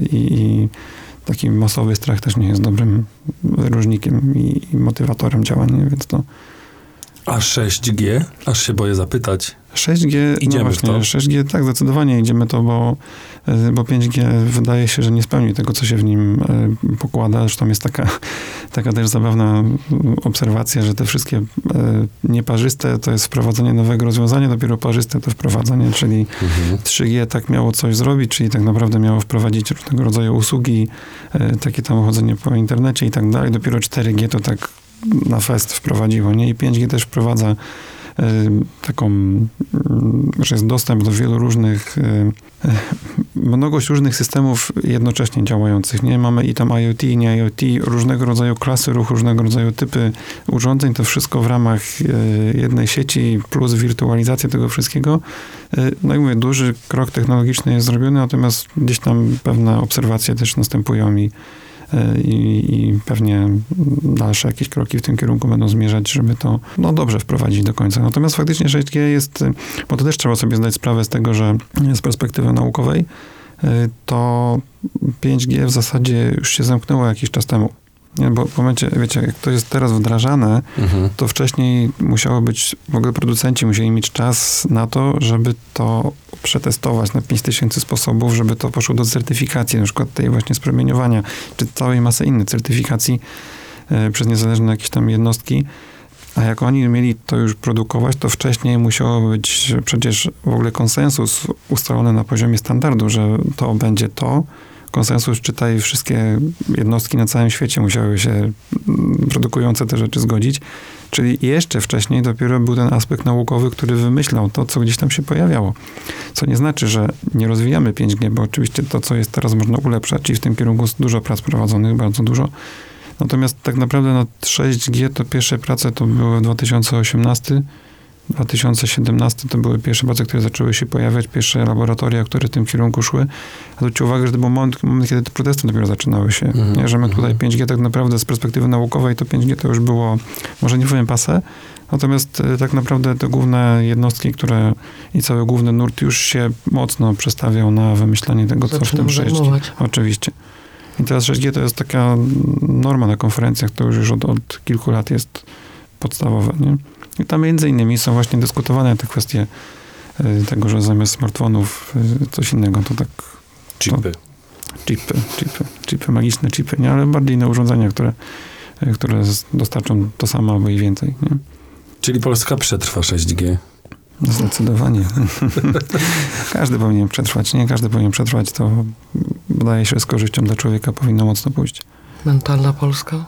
i taki masowy strach też nie jest dobrym wyróżnikiem i motywatorem działania, więc to... A 6G? Aż się boję zapytać. 6G, idziemy no właśnie, w to? 6G, tak, zdecydowanie idziemy to, bo 5G wydaje się, że nie spełni tego, co się w nim pokłada. Zresztą jest taka też zabawna obserwacja, że te wszystkie nieparzyste to jest wprowadzenie nowego rozwiązania, dopiero parzyste to wprowadzenie, czyli 3G tak miało coś zrobić, czyli tak naprawdę miało wprowadzić różnego rodzaju usługi, takie tam chodzenie po internecie i tak dalej. Dopiero 4G to tak na fest wprowadziło, nie? I 5G też wprowadza taką, że jest dostęp do wielu różnych, mnogość różnych systemów jednocześnie działających, nie? Mamy i tam IoT, i nie IoT, różnego rodzaju klasy ruchu, różnego rodzaju typy urządzeń, to wszystko w ramach jednej sieci plus wirtualizacja tego wszystkiego. No i mówię, duży krok technologiczny jest zrobiony, natomiast gdzieś tam pewne obserwacje też następują i pewnie dalsze jakieś kroki w tym kierunku będą zmierzać, żeby to dobrze wprowadzić do końca. Natomiast faktycznie 6G jest, bo to też trzeba sobie zdać sprawę z tego, że z perspektywy naukowej to 5G w zasadzie już się zamknęło jakiś czas temu. Nie, bo w momencie, wiecie, jak to jest teraz wdrażane, to wcześniej musiało być, w ogóle producenci musieli mieć czas na to, żeby to przetestować na 5000 sposobów, żeby to poszło do certyfikacji, na przykład tej właśnie spromieniowania, czy całej masy innych certyfikacji przez niezależne jakieś tam jednostki. A jak oni mieli to już produkować, to wcześniej musiało być przecież w ogóle konsensus ustalony na poziomie standardu, że to będzie to. Konsensus, czytaj, wszystkie jednostki na całym świecie musiały się produkujące te rzeczy zgodzić. Czyli jeszcze wcześniej dopiero był ten aspekt naukowy, który wymyślał to, co gdzieś tam się pojawiało. Co nie znaczy, że nie rozwijamy 5G, bo oczywiście to, co jest teraz, można ulepszać i w tym kierunku jest dużo prac prowadzonych, bardzo dużo. Natomiast tak naprawdę na 6G to pierwsze prace to były 2018, 2017 to były pierwsze prace, które zaczęły się pojawiać, pierwsze laboratoria, które w tym kierunku szły. A zwróćcie uwagę, że to był moment, kiedy te protesty dopiero zaczynały się. Nie, że my tutaj 5G tak naprawdę z perspektywy naukowej to 5G to już było, może nie powiem passé, natomiast tak naprawdę te główne jednostki, które i cały główny nurt już się mocno przestawiał na wymyślanie tego, co w tym 6G. Oczywiście. I teraz 6G to jest taka norma na konferencjach, to już od kilku lat jest podstawowe, nie? I tam między innymi są właśnie dyskutowane te kwestie tego, że zamiast smartfonów coś innego, to tak... Chipy, magiczne chipy, nie? Ale bardziej na urządzenia, które dostarczą to samo albo i więcej, nie? Czyli Polska przetrwa 6G. Zdecydowanie. Każdy powinien przetrwać, nie? Każdy powinien przetrwać, to wydaje się z korzyścią dla człowieka powinno mocno pójść. Mentalna Polska?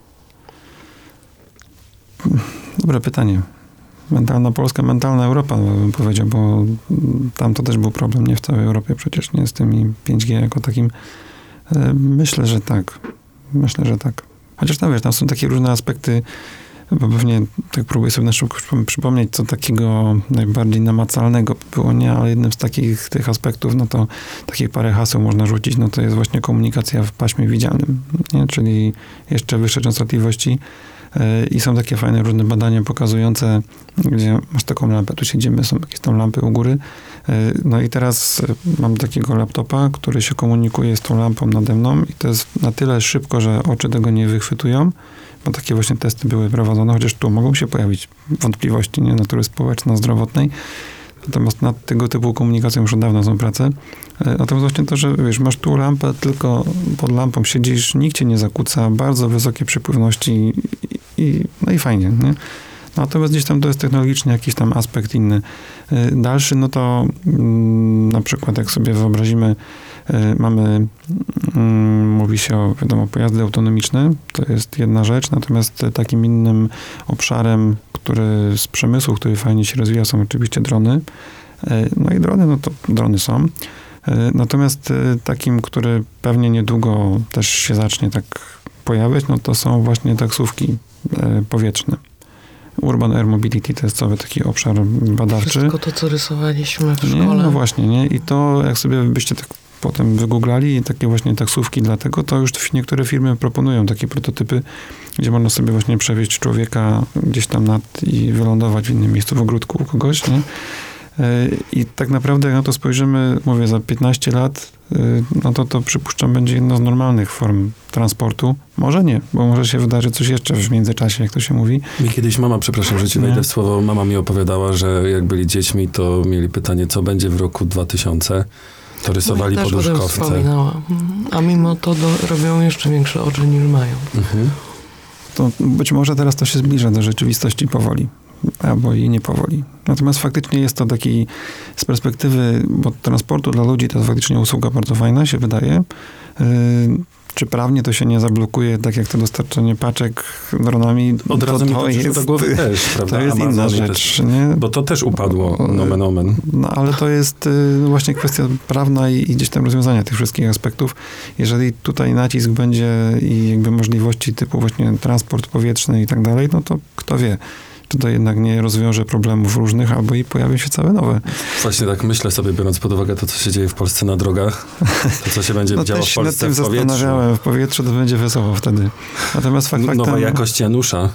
Dobre pytanie. Mentalna Polska, mentalna Europa, bym powiedział, bo tam to też był problem, nie w całej Europie przecież, nie z tymi 5G jako takim. Myślę, że tak. Chociaż tam, wiesz, tam są takie różne aspekty bo pewnie tak próbuję sobie na szybko przypomnieć, co takiego najbardziej namacalnego było, nie? Ale jednym z takich tych aspektów, no to takich parę haseł można rzucić, no to jest właśnie komunikacja w paśmie widzialnym, nie? Czyli jeszcze wyższe częstotliwości. I są takie fajne różne badania pokazujące, gdzie masz taką lampę, tu siedzimy, są jakieś tam lampy u góry. No i teraz mam takiego laptopa, który się komunikuje z tą lampą nade mną i to jest na tyle szybko, że oczy tego nie wychwytują, bo takie właśnie testy były prowadzone, chociaż tu mogą się pojawić wątpliwości, nie, natury społeczno-zdrowotnej. Natomiast nad tego typu komunikacją już od dawna są prace. Natomiast właśnie to, że wiesz, masz tu lampę, tylko pod lampą siedzisz, nikt cię nie zakłóca, bardzo wysokie przepływności no i fajnie, nie? Natomiast gdzieś tam to jest technologicznie jakiś tam aspekt inny. Dalszy, no to na przykład jak sobie wyobrazimy, mamy, mówi się o, wiadomo, pojazdy autonomiczne, to jest jedna rzecz, natomiast takim innym obszarem, który z przemysłu, który fajnie się rozwija, są oczywiście drony. No i drony, no to drony są. Natomiast takim, który pewnie niedługo też się zacznie tak pojawiać, no to są właśnie taksówki powietrzne. Urban Air Mobility to jest cały taki obszar badawczy. Wszystko to, co rysowaliśmy w nie, szkole. No właśnie, nie? I to jak sobie byście tak potem wygooglali takie właśnie taksówki dlatego, to już niektóre firmy proponują takie prototypy, gdzie można sobie właśnie przewieźć człowieka gdzieś tam i wylądować w innym miejscu w ogródku u kogoś, nie? I tak naprawdę jak na to spojrzymy, mówię, za 15 lat, no to przypuszczam będzie jedna z normalnych form transportu. Może nie, bo może się wydarzy coś jeszcze w międzyczasie, jak to się mówi. Mi kiedyś mama, przepraszam, że ci wejdę w słowo, mama mi opowiadała, że jak byli dziećmi, to mieli pytanie, co będzie w roku 2000. To rysowali poduszkowce. A mimo to robią jeszcze większe oczy niż mają. Mhm. To być może teraz to się zbliża do rzeczywistości powoli. Albo i nie powoli. Natomiast faktycznie jest to taki z perspektywy, bo transportu dla ludzi to jest faktycznie usługa bardzo fajna, się wydaje. Czy prawnie to się nie zablokuje, tak jak to dostarczanie paczek dronami? Od razu mi to przyszło do głowy też, prawda? To jest Amazon inna rzecz, nie? Bo to też upadło, nomen omen. No ale to jest właśnie kwestia prawna i gdzieś tam rozwiązania tych wszystkich aspektów. Jeżeli tutaj nacisk będzie i jakby możliwości typu właśnie transport powietrzny i tak dalej, no to kto wie, czy to jednak nie rozwiąże problemów różnych, albo i pojawią się całe nowe. Właśnie tak myślę sobie, biorąc pod uwagę to, co się dzieje w Polsce na drogach, to co się będzie działo w Polsce w powietrzu. Zastanawiałem, w powietrzu to będzie wesoło wtedy. Natomiast faktem... Nowa jakość Janusza.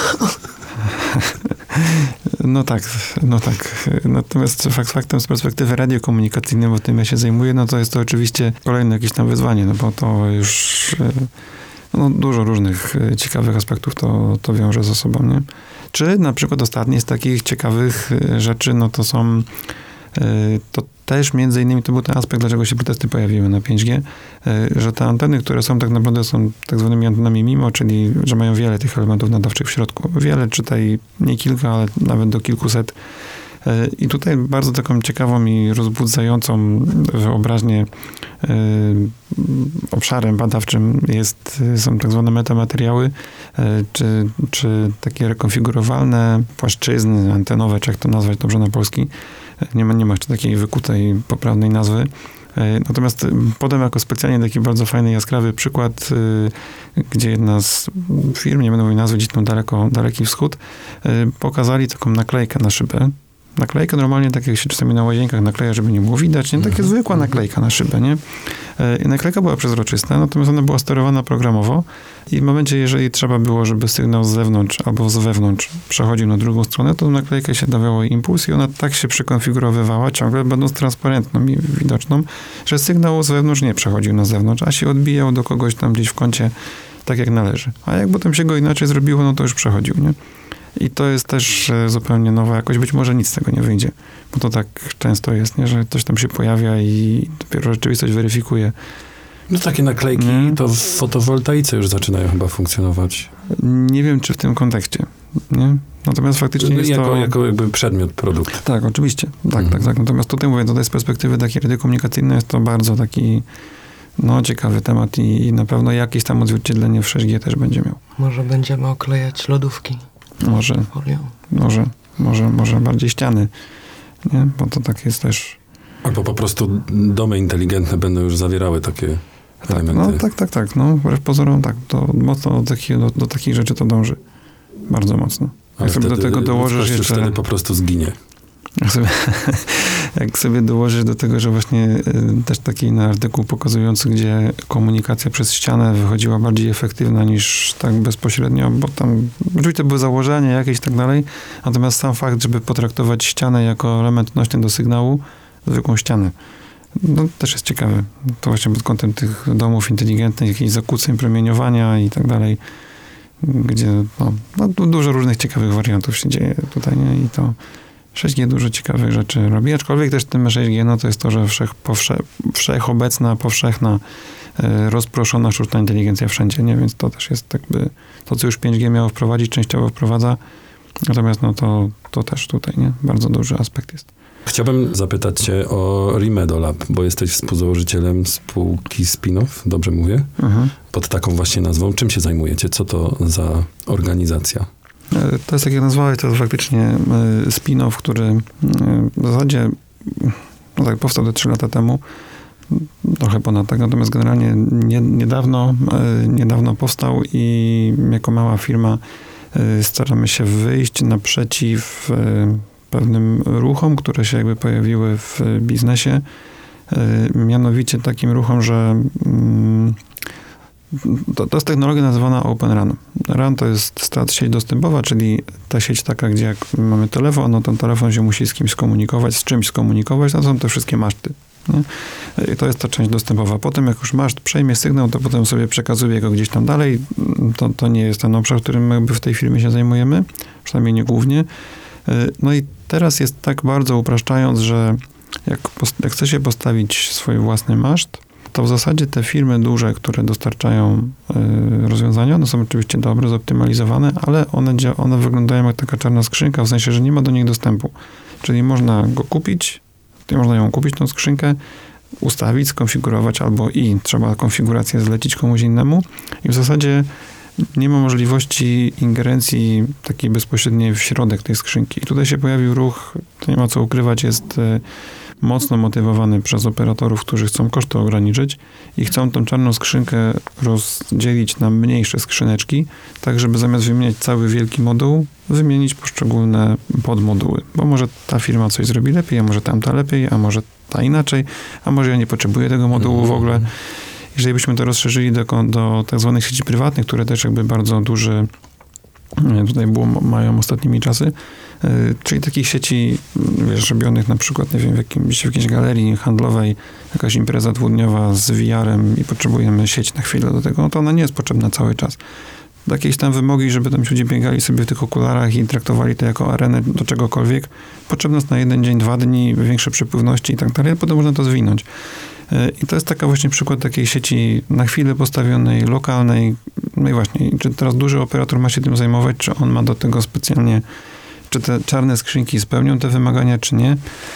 No tak. Natomiast faktem z perspektywy radiokomunikacyjnej, bo tym ja się zajmuję, no to jest to oczywiście kolejne jakieś tam wyzwanie, no bo to już dużo różnych ciekawych aspektów to wiąże ze sobą, nie? Czy na przykład ostatnie z takich ciekawych rzeczy, no to są, to też między innymi to był ten aspekt, dlaczego się protesty pojawiły na 5G, że te anteny, które są tak naprawdę są tak zwanymi antenami MIMO, czyli że mają wiele tych elementów nadawczych w środku. Wiele, czytaj nie kilka, ale nawet do kilkuset. I tutaj bardzo taką ciekawą i rozbudzającą wyobraźnię obszarem badawczym są tak zwane metamateriały, czy takie rekonfigurowalne płaszczyzny antenowe, czy jak to nazwać dobrze na polski. Nie ma jeszcze takiej wykutej, poprawnej nazwy. Natomiast podam jako specjalnie taki bardzo fajny, jaskrawy przykład, gdzie jedna z firm, nie będę mówił nazwy, gdzieś tam Daleki Wschód, pokazali taką naklejkę na szybę. Naklejkę normalnie, tak jak się czasami na łazienkach nakleja, żeby nie było widać, nie? Takie zwykła naklejka na szybę, nie? I naklejka była przezroczysta, natomiast ona była sterowana programowo i w momencie, jeżeli trzeba było, żeby sygnał z zewnątrz albo z wewnątrz przechodził na drugą stronę, to naklejkę się dawało impuls i ona tak się przykonfigurowywała, ciągle będąc transparentną i widoczną, że sygnał z wewnątrz nie przechodził na zewnątrz, a się odbijał do kogoś tam gdzieś w kącie, tak jak należy. A jak potem się go inaczej zrobiło, no to już przechodził, nie? I to jest też zupełnie nowa jakość. Być może nic z tego nie wyjdzie, bo to tak często jest, nie? Że coś tam się pojawia i dopiero rzeczywistość weryfikuje. No takie naklejki to w fotowoltaice już zaczynają chyba funkcjonować. Nie wiem, czy w tym kontekście, nie? Natomiast faktycznie jest to... Jako jakby przedmiot, produkt. Tak, oczywiście. Tak. Natomiast tutaj mówię, z perspektywy takiej radiokomunikacyjnej jest to bardzo taki ciekawy temat i na pewno jakieś tam odzwierciedlenie w 6G też będzie miał. Może będziemy oklejać lodówki. Może bardziej ściany, nie? Bo to tak jest też... Albo po prostu domy inteligentne będą już zawierały takie elementy. Tak. No, wbrew pozorom tak. To mocno do takich rzeczy to dąży. bardzo mocno. Ale Jak sobie do tego dołożysz jeszcze... wtedy po prostu zginie. Jak sobie dołożysz do tego, że właśnie też taki artykuł pokazujący, gdzie komunikacja przez ścianę wychodziła bardziej efektywna niż tak bezpośrednio, bo tam oczywiście były założenia jakieś i tak dalej, natomiast sam fakt, żeby potraktować ścianę jako element nośny do sygnału, zwykłą ścianę, no też jest ciekawy. To właśnie pod kątem tych domów inteligentnych, jakichś zakłóceń promieniowania i tak dalej, gdzie no, dużo różnych ciekawych wariantów się dzieje tutaj, nie? I to 6G dużo ciekawych rzeczy robi, aczkolwiek też tym 6G, no to jest to, że wszechobecna, powszechna, rozproszona sztuczna inteligencja wszędzie, nie? Więc to też jest jakby to, co już 5G miało wprowadzić, częściowo wprowadza, natomiast no to też tutaj, nie? Bardzo duży aspekt jest. Chciałbym zapytać cię o Rimedo Lab, bo jesteś współzałożycielem spółki Spinoff, dobrze mówię? Pod taką właśnie nazwą. Czym się zajmujecie? Co to za organizacja? To jest, jak ja nazwałem, to jest faktycznie spin-off, który w zasadzie no tak, powstał 3 lata temu, trochę ponad tak, natomiast generalnie niedawno powstał i jako mała firma staramy się wyjść naprzeciw pewnym ruchom, które się jakby pojawiły w biznesie, mianowicie takim ruchom, że to jest technologia nazywana Open RAN. RAN to jest sieć dostępowa, czyli ta sieć taka, gdzie jak mamy telefon, no to telefon się musi z kimś skomunikować, z czymś skomunikować, no to są te wszystkie maszty. Nie? I to jest ta część dostępowa. Potem jak już maszt przejmie sygnał, to potem sobie przekazuje go gdzieś tam dalej. To nie jest ten obszar, którym jakby w tej firmie się zajmujemy, przynajmniej nie głównie. No i teraz jest tak bardzo upraszczając, że jak chce się postawić swój własny maszt, to w zasadzie te firmy duże, które dostarczają rozwiązania, one są oczywiście dobre, zoptymalizowane, ale one wyglądają jak taka czarna skrzynka, w sensie, że nie ma do nich dostępu. Czyli można go kupić, można ją kupić, tą skrzynkę, ustawić, skonfigurować, albo trzeba konfigurację zlecić komuś innemu i w zasadzie nie ma możliwości ingerencji takiej bezpośredniej w środek tej skrzynki. I tutaj się pojawił ruch, to nie ma co ukrywać, jest mocno motywowany przez operatorów, którzy chcą koszty ograniczyć i chcą tą czarną skrzynkę rozdzielić na mniejsze skrzyneczki, tak żeby zamiast wymieniać cały wielki moduł, wymienić poszczególne podmoduły. Bo może ta firma coś zrobi lepiej, a może tamta lepiej, a może ta inaczej, a może ja nie potrzebuję tego modułu w ogóle. Jeżeli byśmy to rozszerzyli do tak zwanych sieci prywatnych, które też jakby bardzo duży tutaj mają ostatnimi czasy, czyli takich sieci, robionych na przykład, nie wiem, w jakiejś galerii handlowej, jakaś impreza dwudniowa z VR-em i potrzebujemy sieć na chwilę do tego, no to ona nie jest potrzebna cały czas. Jakieś tam wymogi, żeby tam ludzie biegali sobie w tych okularach i traktowali to jako arenę do czegokolwiek, potrzebna jest na 1 dzień, 2 dni, większe przepływności i tak dalej, a potem można to zwinąć. I to jest taka właśnie przykład takiej sieci na chwilę postawionej, lokalnej. No i właśnie, czy teraz duży operator ma się tym zajmować, czy on ma do tego specjalnie, czy te czarne skrzynki spełnią te wymagania, czy nie.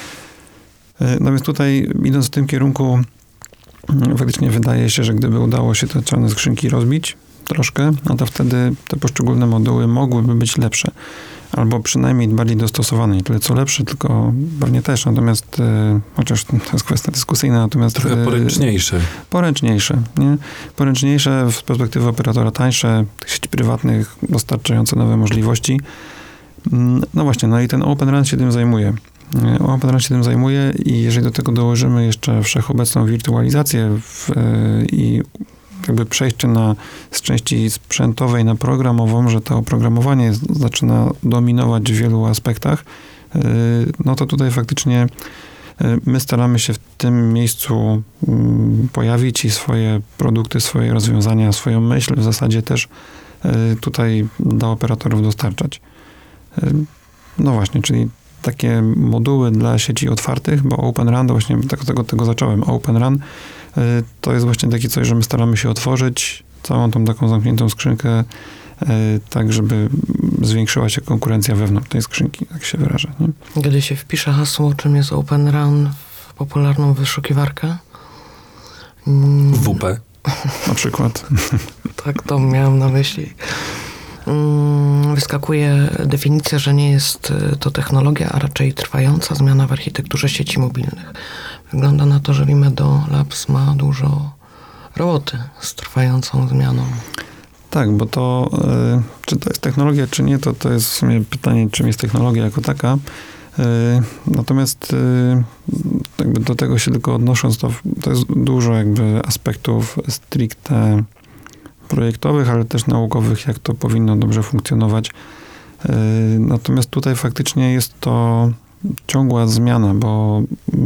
No więc tutaj, idąc w tym kierunku, faktycznie wydaje się, że gdyby udało się te czarne skrzynki rozbić troszkę, no to wtedy te poszczególne moduły mogłyby być lepsze. Albo przynajmniej bardziej dostosowane. Nie tyle co lepsze, tylko pewnie też. Natomiast, chociaż to jest kwestia dyskusyjna, natomiast... Trochę poręczniejsze. Poręczniejsze, nie? Poręczniejsze, z perspektywy operatora tańsze, tych sieci prywatnych dostarczające nowe możliwości. No właśnie, no i ten Open RAN się tym zajmuje. Open RAN się tym zajmuje i jeżeli do tego dołożymy jeszcze wszechobecną wirtualizację i jakby przejście z części sprzętowej na programową, że to oprogramowanie zaczyna dominować w wielu aspektach, no to tutaj faktycznie my staramy się w tym miejscu pojawić i swoje produkty, swoje rozwiązania, swoją myśl w zasadzie też tutaj do operatorów dostarczać. No właśnie, czyli takie moduły dla sieci otwartych, bo Open RAN, to właśnie tego zacząłem. Open RAN to jest właśnie takie coś, że my staramy się otworzyć całą tą taką zamkniętą skrzynkę tak, żeby zwiększyła się konkurencja wewnątrz tej skrzynki, tak się wyrażę. Nie? Gdy się wpisze hasło, czym jest Open RAN w popularną wyszukiwarkę? WP. Na przykład. Tak, to miałem na myśli. Wyskakuje definicja, że nie jest to technologia, a raczej trwająca zmiana w architekturze sieci mobilnych. Wygląda na to, że Rimedo Labs ma dużo roboty z trwającą zmianą. Tak, bo to, czy to jest technologia, czy nie, to jest w sumie pytanie, czym jest technologia jako taka. Natomiast jakby do tego się tylko odnosząc, to jest dużo jakby aspektów stricte projektowych, ale też naukowych, jak to powinno dobrze funkcjonować. Natomiast tutaj faktycznie jest to ciągła zmiana, bo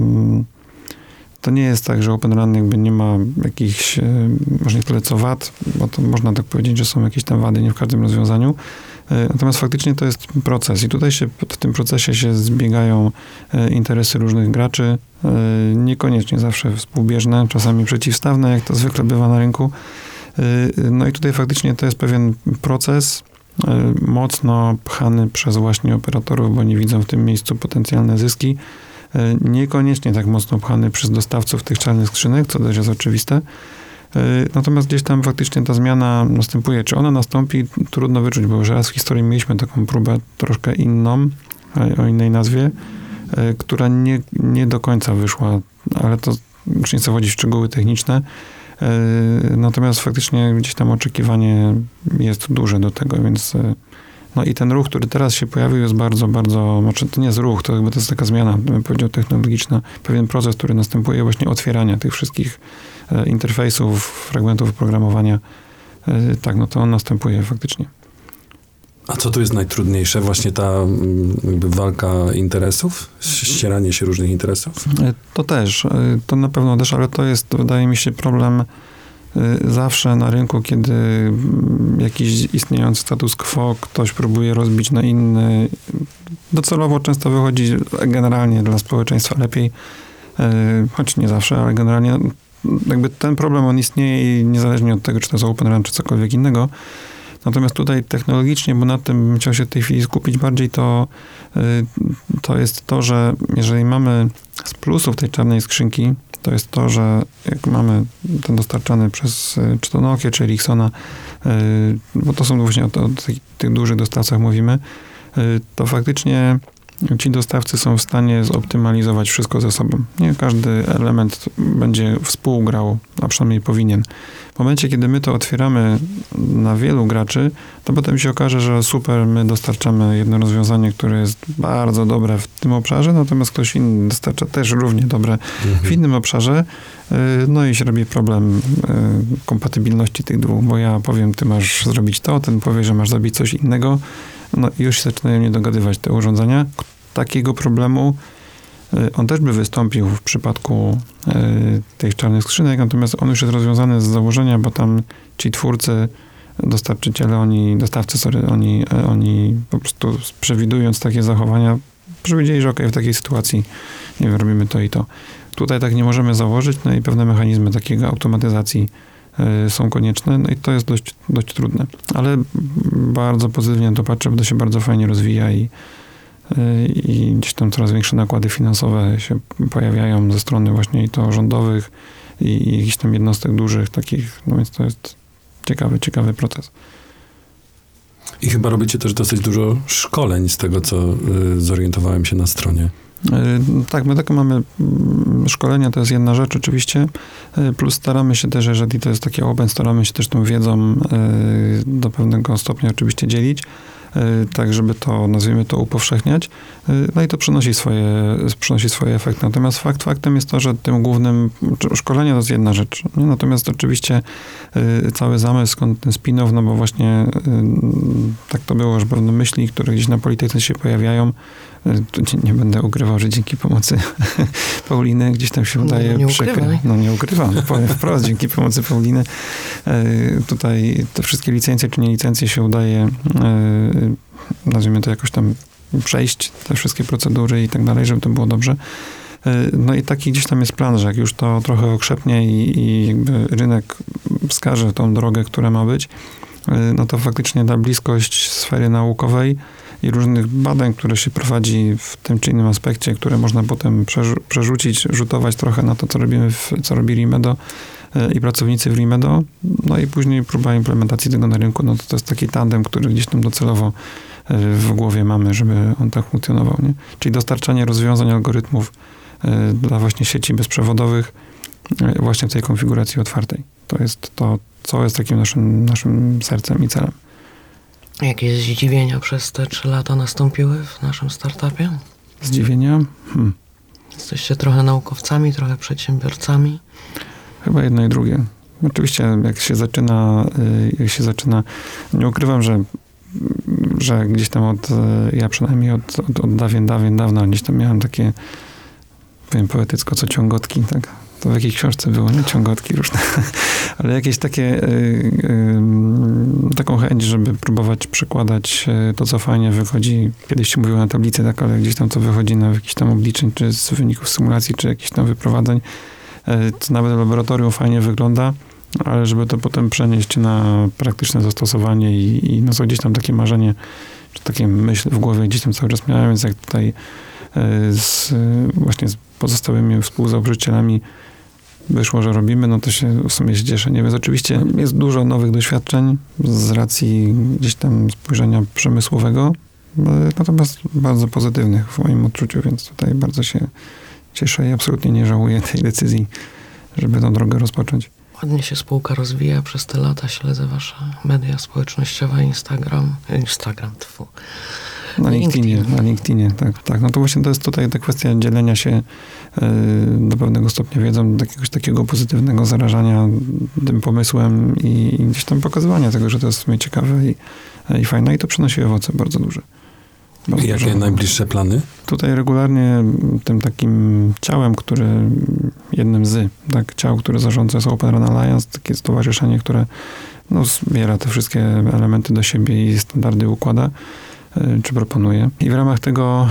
to nie jest tak, że Open Run jakby nie ma jakichś, może nie tyle co wad, bo to można tak powiedzieć, że są jakieś tam wady nie w każdym rozwiązaniu. Natomiast faktycznie to jest proces i tutaj w tym procesie się zbiegają interesy różnych graczy, niekoniecznie zawsze współbieżne, czasami przeciwstawne, jak to zwykle bywa na rynku. No i tutaj faktycznie to jest pewien proces mocno pchany przez właśnie operatorów, bo nie widzą w tym miejscu potencjalne zyski. Niekoniecznie tak mocno pchany przez dostawców tych czarnych skrzynek, co też jest oczywiste. Natomiast gdzieś tam faktycznie ta zmiana następuje. Czy ona nastąpi? Trudno wyczuć, bo już raz w historii mieliśmy taką próbę troszkę inną, o innej nazwie, która nie do końca wyszła, ale to już nie chcę wchodzić w szczegóły techniczne. Natomiast faktycznie gdzieś tam oczekiwanie jest duże do tego, więc no i ten ruch, który teraz się pojawił, jest bardzo, bardzo, znaczy to nie jest ruch, to jakby to jest taka zmiana, bym powiedział, technologiczna, pewien proces, który następuje właśnie otwierania tych wszystkich interfejsów, fragmentów oprogramowania. Tak, no to on następuje faktycznie. A co tu jest najtrudniejsze? Właśnie ta jakby walka interesów? Ścieranie się różnych interesów? To też, to na pewno też, ale to jest, wydaje mi się, problem zawsze na rynku, kiedy jakiś istniejący status quo ktoś próbuje rozbić na inny. Docelowo często wychodzi generalnie dla społeczeństwa lepiej, choć nie zawsze, ale generalnie jakby ten problem on istnieje i niezależnie od tego, czy to jest Open Run, czy cokolwiek innego. Natomiast tutaj technologicznie, bo na tym bym chciał się w tej chwili skupić bardziej, to jest to, że jeżeli mamy z plusów tej czarnej skrzynki, to jest to, że jak mamy ten dostarczany przez czy to Nokia, czy Ericssona, bo to są właśnie o tych dużych dostawcach mówimy, to faktycznie ci dostawcy są w stanie zoptymalizować wszystko ze sobą. Nie każdy element będzie współgrał, a przynajmniej powinien. W momencie, kiedy my to otwieramy na wielu graczy, to potem się okaże, że super, my dostarczamy jedno rozwiązanie, które jest bardzo dobre w tym obszarze, natomiast ktoś inny dostarcza też równie dobre w innym obszarze. No i się robi problem kompatybilności tych dwóch, bo ja powiem, ty masz zrobić to, ten powie, że masz zrobić coś innego. No i już się zaczynają nie dogadywać te urządzenia. Takiego problemu on też by wystąpił w przypadku tych czarnych skrzynek, natomiast on już jest rozwiązany z założenia, bo tam ci twórcy, dostawcy, oni po prostu przewidując takie zachowania, przewidzieli, że w takiej sytuacji nie wiem, robimy to i to. Tutaj tak nie możemy założyć, no i pewne mechanizmy takiego automatyzacji są konieczne, no i to jest dość trudne. Ale bardzo pozytywnie to patrzę, bo to się bardzo fajnie rozwija i gdzieś tam coraz większe nakłady finansowe się pojawiają ze strony właśnie i to rządowych i jakichś tam jednostek dużych takich, no więc to jest ciekawy proces. I chyba robicie też dosyć dużo szkoleń z tego, co zorientowałem się na stronie. Tak, my takie mamy szkolenia, to jest jedna rzecz oczywiście, plus staramy się też, jeżeli to jest takie open, staramy się też tą wiedzą do pewnego stopnia oczywiście dzielić, tak żeby to, nazwijmy to, upowszechniać, no i to przynosi swoje efekty. Natomiast faktem jest to, że tym głównym, szkolenie to jest jedna rzecz, nie? Natomiast oczywiście cały zamysł, skąd ten spin-off, no bo właśnie tak to było, że pewne myśli, które gdzieś na Politechnice się pojawiają, tu nie będę ukrywał, że dzięki pomocy Pauliny gdzieś tam się udaje nie ukrywam, powiem wprost, dzięki pomocy Pauliny tutaj te wszystkie licencje czy nie licencje się udaje, nazwijmy to jakoś tam przejść, te wszystkie procedury i tak dalej, żeby to było dobrze. No i taki gdzieś tam jest plan, że jak już to trochę okrzepnie i jakby rynek wskaże tą drogę, która ma być, no to faktycznie ta bliskość sfery naukowej i różnych badań, które się prowadzi w tym czy innym aspekcie, które można potem rzutować trochę na to, co robi Rimedo i pracownicy w Rimedo, no i później próba implementacji tego na rynku, no to jest taki tandem, który gdzieś tam docelowo w głowie mamy, żeby on tak funkcjonował, nie? Czyli dostarczanie rozwiązań, algorytmów dla właśnie sieci bezprzewodowych właśnie w tej konfiguracji otwartej. To jest to, co jest takim naszym sercem i celem. Jakieś zdziwienia przez te 3 lata nastąpiły w naszym startupie? Zdziwienia? Jesteście trochę naukowcami, trochę przedsiębiorcami. Chyba jedno i drugie. Oczywiście jak się zaczyna, nie ukrywam, że gdzieś tam ja przynajmniej od dawien dawna gdzieś tam miałem takie, powiem poetycko, co ciągotki, tak? To w jakiej książce było, nie? Ciągotki różne. Ale jakieś takie, taką chęć, żeby próbować przekładać to, co fajnie wychodzi. Kiedyś się mówiło na tablicy, tak? Ale gdzieś tam, co wychodzi na jakichś tam obliczeń, czy z wyników symulacji, czy jakichś tam wyprowadzeń, co nawet w laboratorium fajnie wygląda, ale żeby to potem przenieść na praktyczne zastosowanie i no co gdzieś tam takie marzenie, czy takie myśl w głowie gdzieś tam cały czas miałem, więc jak tutaj właśnie z pozostałymi współzałożycielami wyszło, że robimy, no to się w sumie cieszę. Nie wiem, oczywiście jest dużo nowych doświadczeń z racji gdzieś tam spojrzenia przemysłowego, natomiast bardzo pozytywnych w moim odczuciu, więc tutaj bardzo się cieszę i absolutnie nie żałuję tej decyzji, żeby tą drogę rozpocząć. Ładnie się spółka rozwija. Przez te lata śledzę wasze media społecznościowe, Instagram, Na LinkedInie, tak. No to właśnie to jest tutaj ta kwestia dzielenia się do pewnego stopnia wiedzą, do jakiegoś takiego pozytywnego zarażania tym pomysłem i gdzieś tam pokazywania tego, że to jest w sumie ciekawe i fajne i to przynosi owoce bardzo duże. Jakie najbliższe plany? Tutaj regularnie tym takim ciałem, jednym z ciał, które zarządza, jest Open Run Alliance, takie stowarzyszenie, które zbiera te wszystkie elementy do siebie i standardy układa, czy proponuje. I w ramach tego,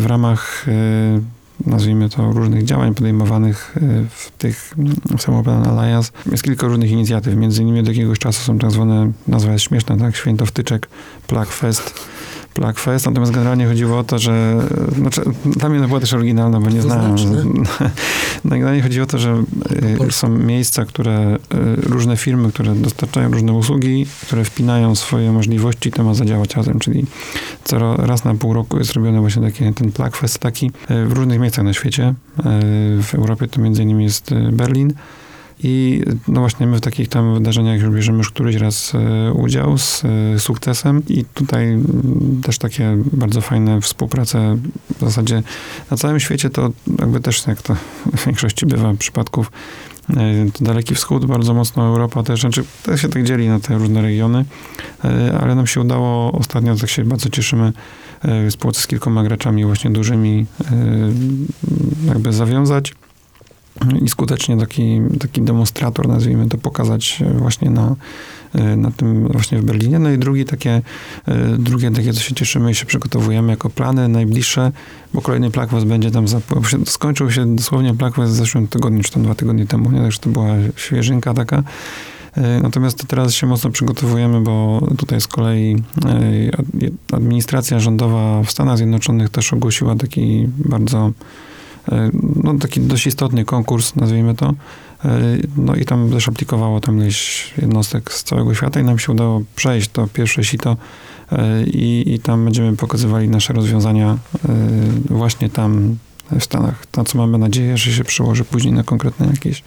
nazwijmy to, różnych działań podejmowanych w samym Open Alliance, jest kilka różnych inicjatyw. Między innymi od jakiegoś czasu są tak zwane, nazwa jest śmieszna, tak, Święto Wtyczek, Plug Fest, natomiast generalnie chodziło o to, że dla mnie to była też oryginalna, bo nie znałem. No generalnie chodzi o to, że są miejsca, różne firmy, które dostarczają różne usługi, które wpinają swoje możliwości i to ma zadziałać razem, czyli raz na pół roku jest robiony właśnie ten Plug Fest taki w różnych miejscach na świecie. W Europie to między innymi jest Berlin. I no właśnie my w takich tam wydarzeniach już bierzemy któryś raz udział z sukcesem i tutaj też takie bardzo fajne współprace w zasadzie na całym świecie to jakby też, jak to w większości bywa przypadków, to Daleki Wschód, bardzo mocno Europa też, to się tak dzieli na te różne regiony, ale nam się udało ostatnio, tak się bardzo cieszymy, współpracę z kilkoma graczami właśnie dużymi jakby zawiązać. I skutecznie taki demonstrator, nazwijmy to, pokazać właśnie na tym właśnie w Berlinie. No i drugie takie, co się cieszymy i się przygotowujemy jako plany najbliższe, bo kolejny Plug Fest będzie tam, skończył się dosłownie Plug Fest w zeszłym tygodniu, czy tam 2 tygodnie temu, nie? Także to była świeżynka taka. Natomiast teraz się mocno przygotowujemy, bo tutaj z kolei administracja rządowa w Stanach Zjednoczonych też ogłosiła taki bardzo taki dość istotny konkurs, nazwijmy to. No i tam też aplikowało tam ileś jednostek z całego świata i nam się udało przejść to pierwsze sito i tam będziemy pokazywali nasze rozwiązania właśnie tam w Stanach. To, co mamy nadzieję, że się przełoży później na konkretne jakieś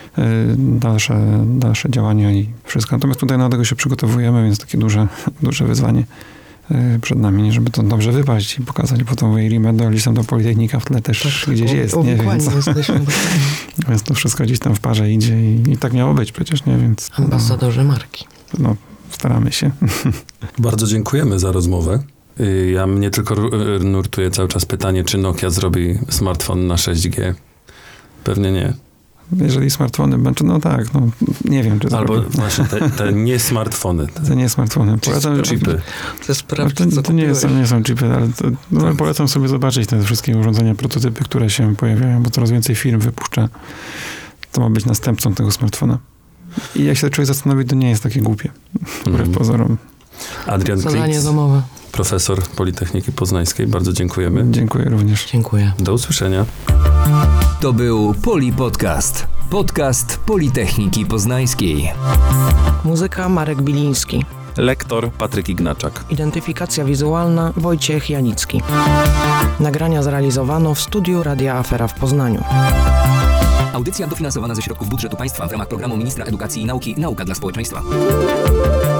dalsze działania i wszystko. Natomiast tutaj na tego się przygotowujemy, więc takie duże wyzwanie przed nami, żeby to dobrze wypaść i pokazać potem Rimedol, gdzieś tam do Politechnika w tle też gdzieś jest, nie? Więc to wszystko gdzieś tam w parze idzie i tak miało być przecież, nie? Więc ambasadorzy marki. Staramy się. Bardzo dziękujemy za rozmowę. Mnie tylko nurtuje cały czas pytanie, czy Nokia zrobi smartfon na 6G. Pewnie nie. Jeżeli smartfony będą, nie wiem, czy albo zrobi. Właśnie te nie smartfony. Te nie smartfony. Polecam, chipy. To nie są chipy, ale polecam sobie zobaczyć te wszystkie urządzenia, prototypy, które się pojawiają, bo coraz więcej firm wypuszcza. To ma być następcą tego smartfona. I jak się człowiek zastanowi, to nie jest takie głupie. Wbrew pozorom. Adrian Klix, profesor Politechniki Poznańskiej. Bardzo dziękujemy. Dziękuję również. Dziękuję. Do usłyszenia. To był Polipodcast. Podcast Politechniki Poznańskiej. Muzyka Marek Biliński. Lektor Patryk Ignaczak. Identyfikacja wizualna Wojciech Janicki. Nagrania zrealizowano w studiu Radia Afera w Poznaniu. Audycja dofinansowana ze środków budżetu państwa w ramach programu Ministra Edukacji i Nauki Nauka dla społeczeństwa.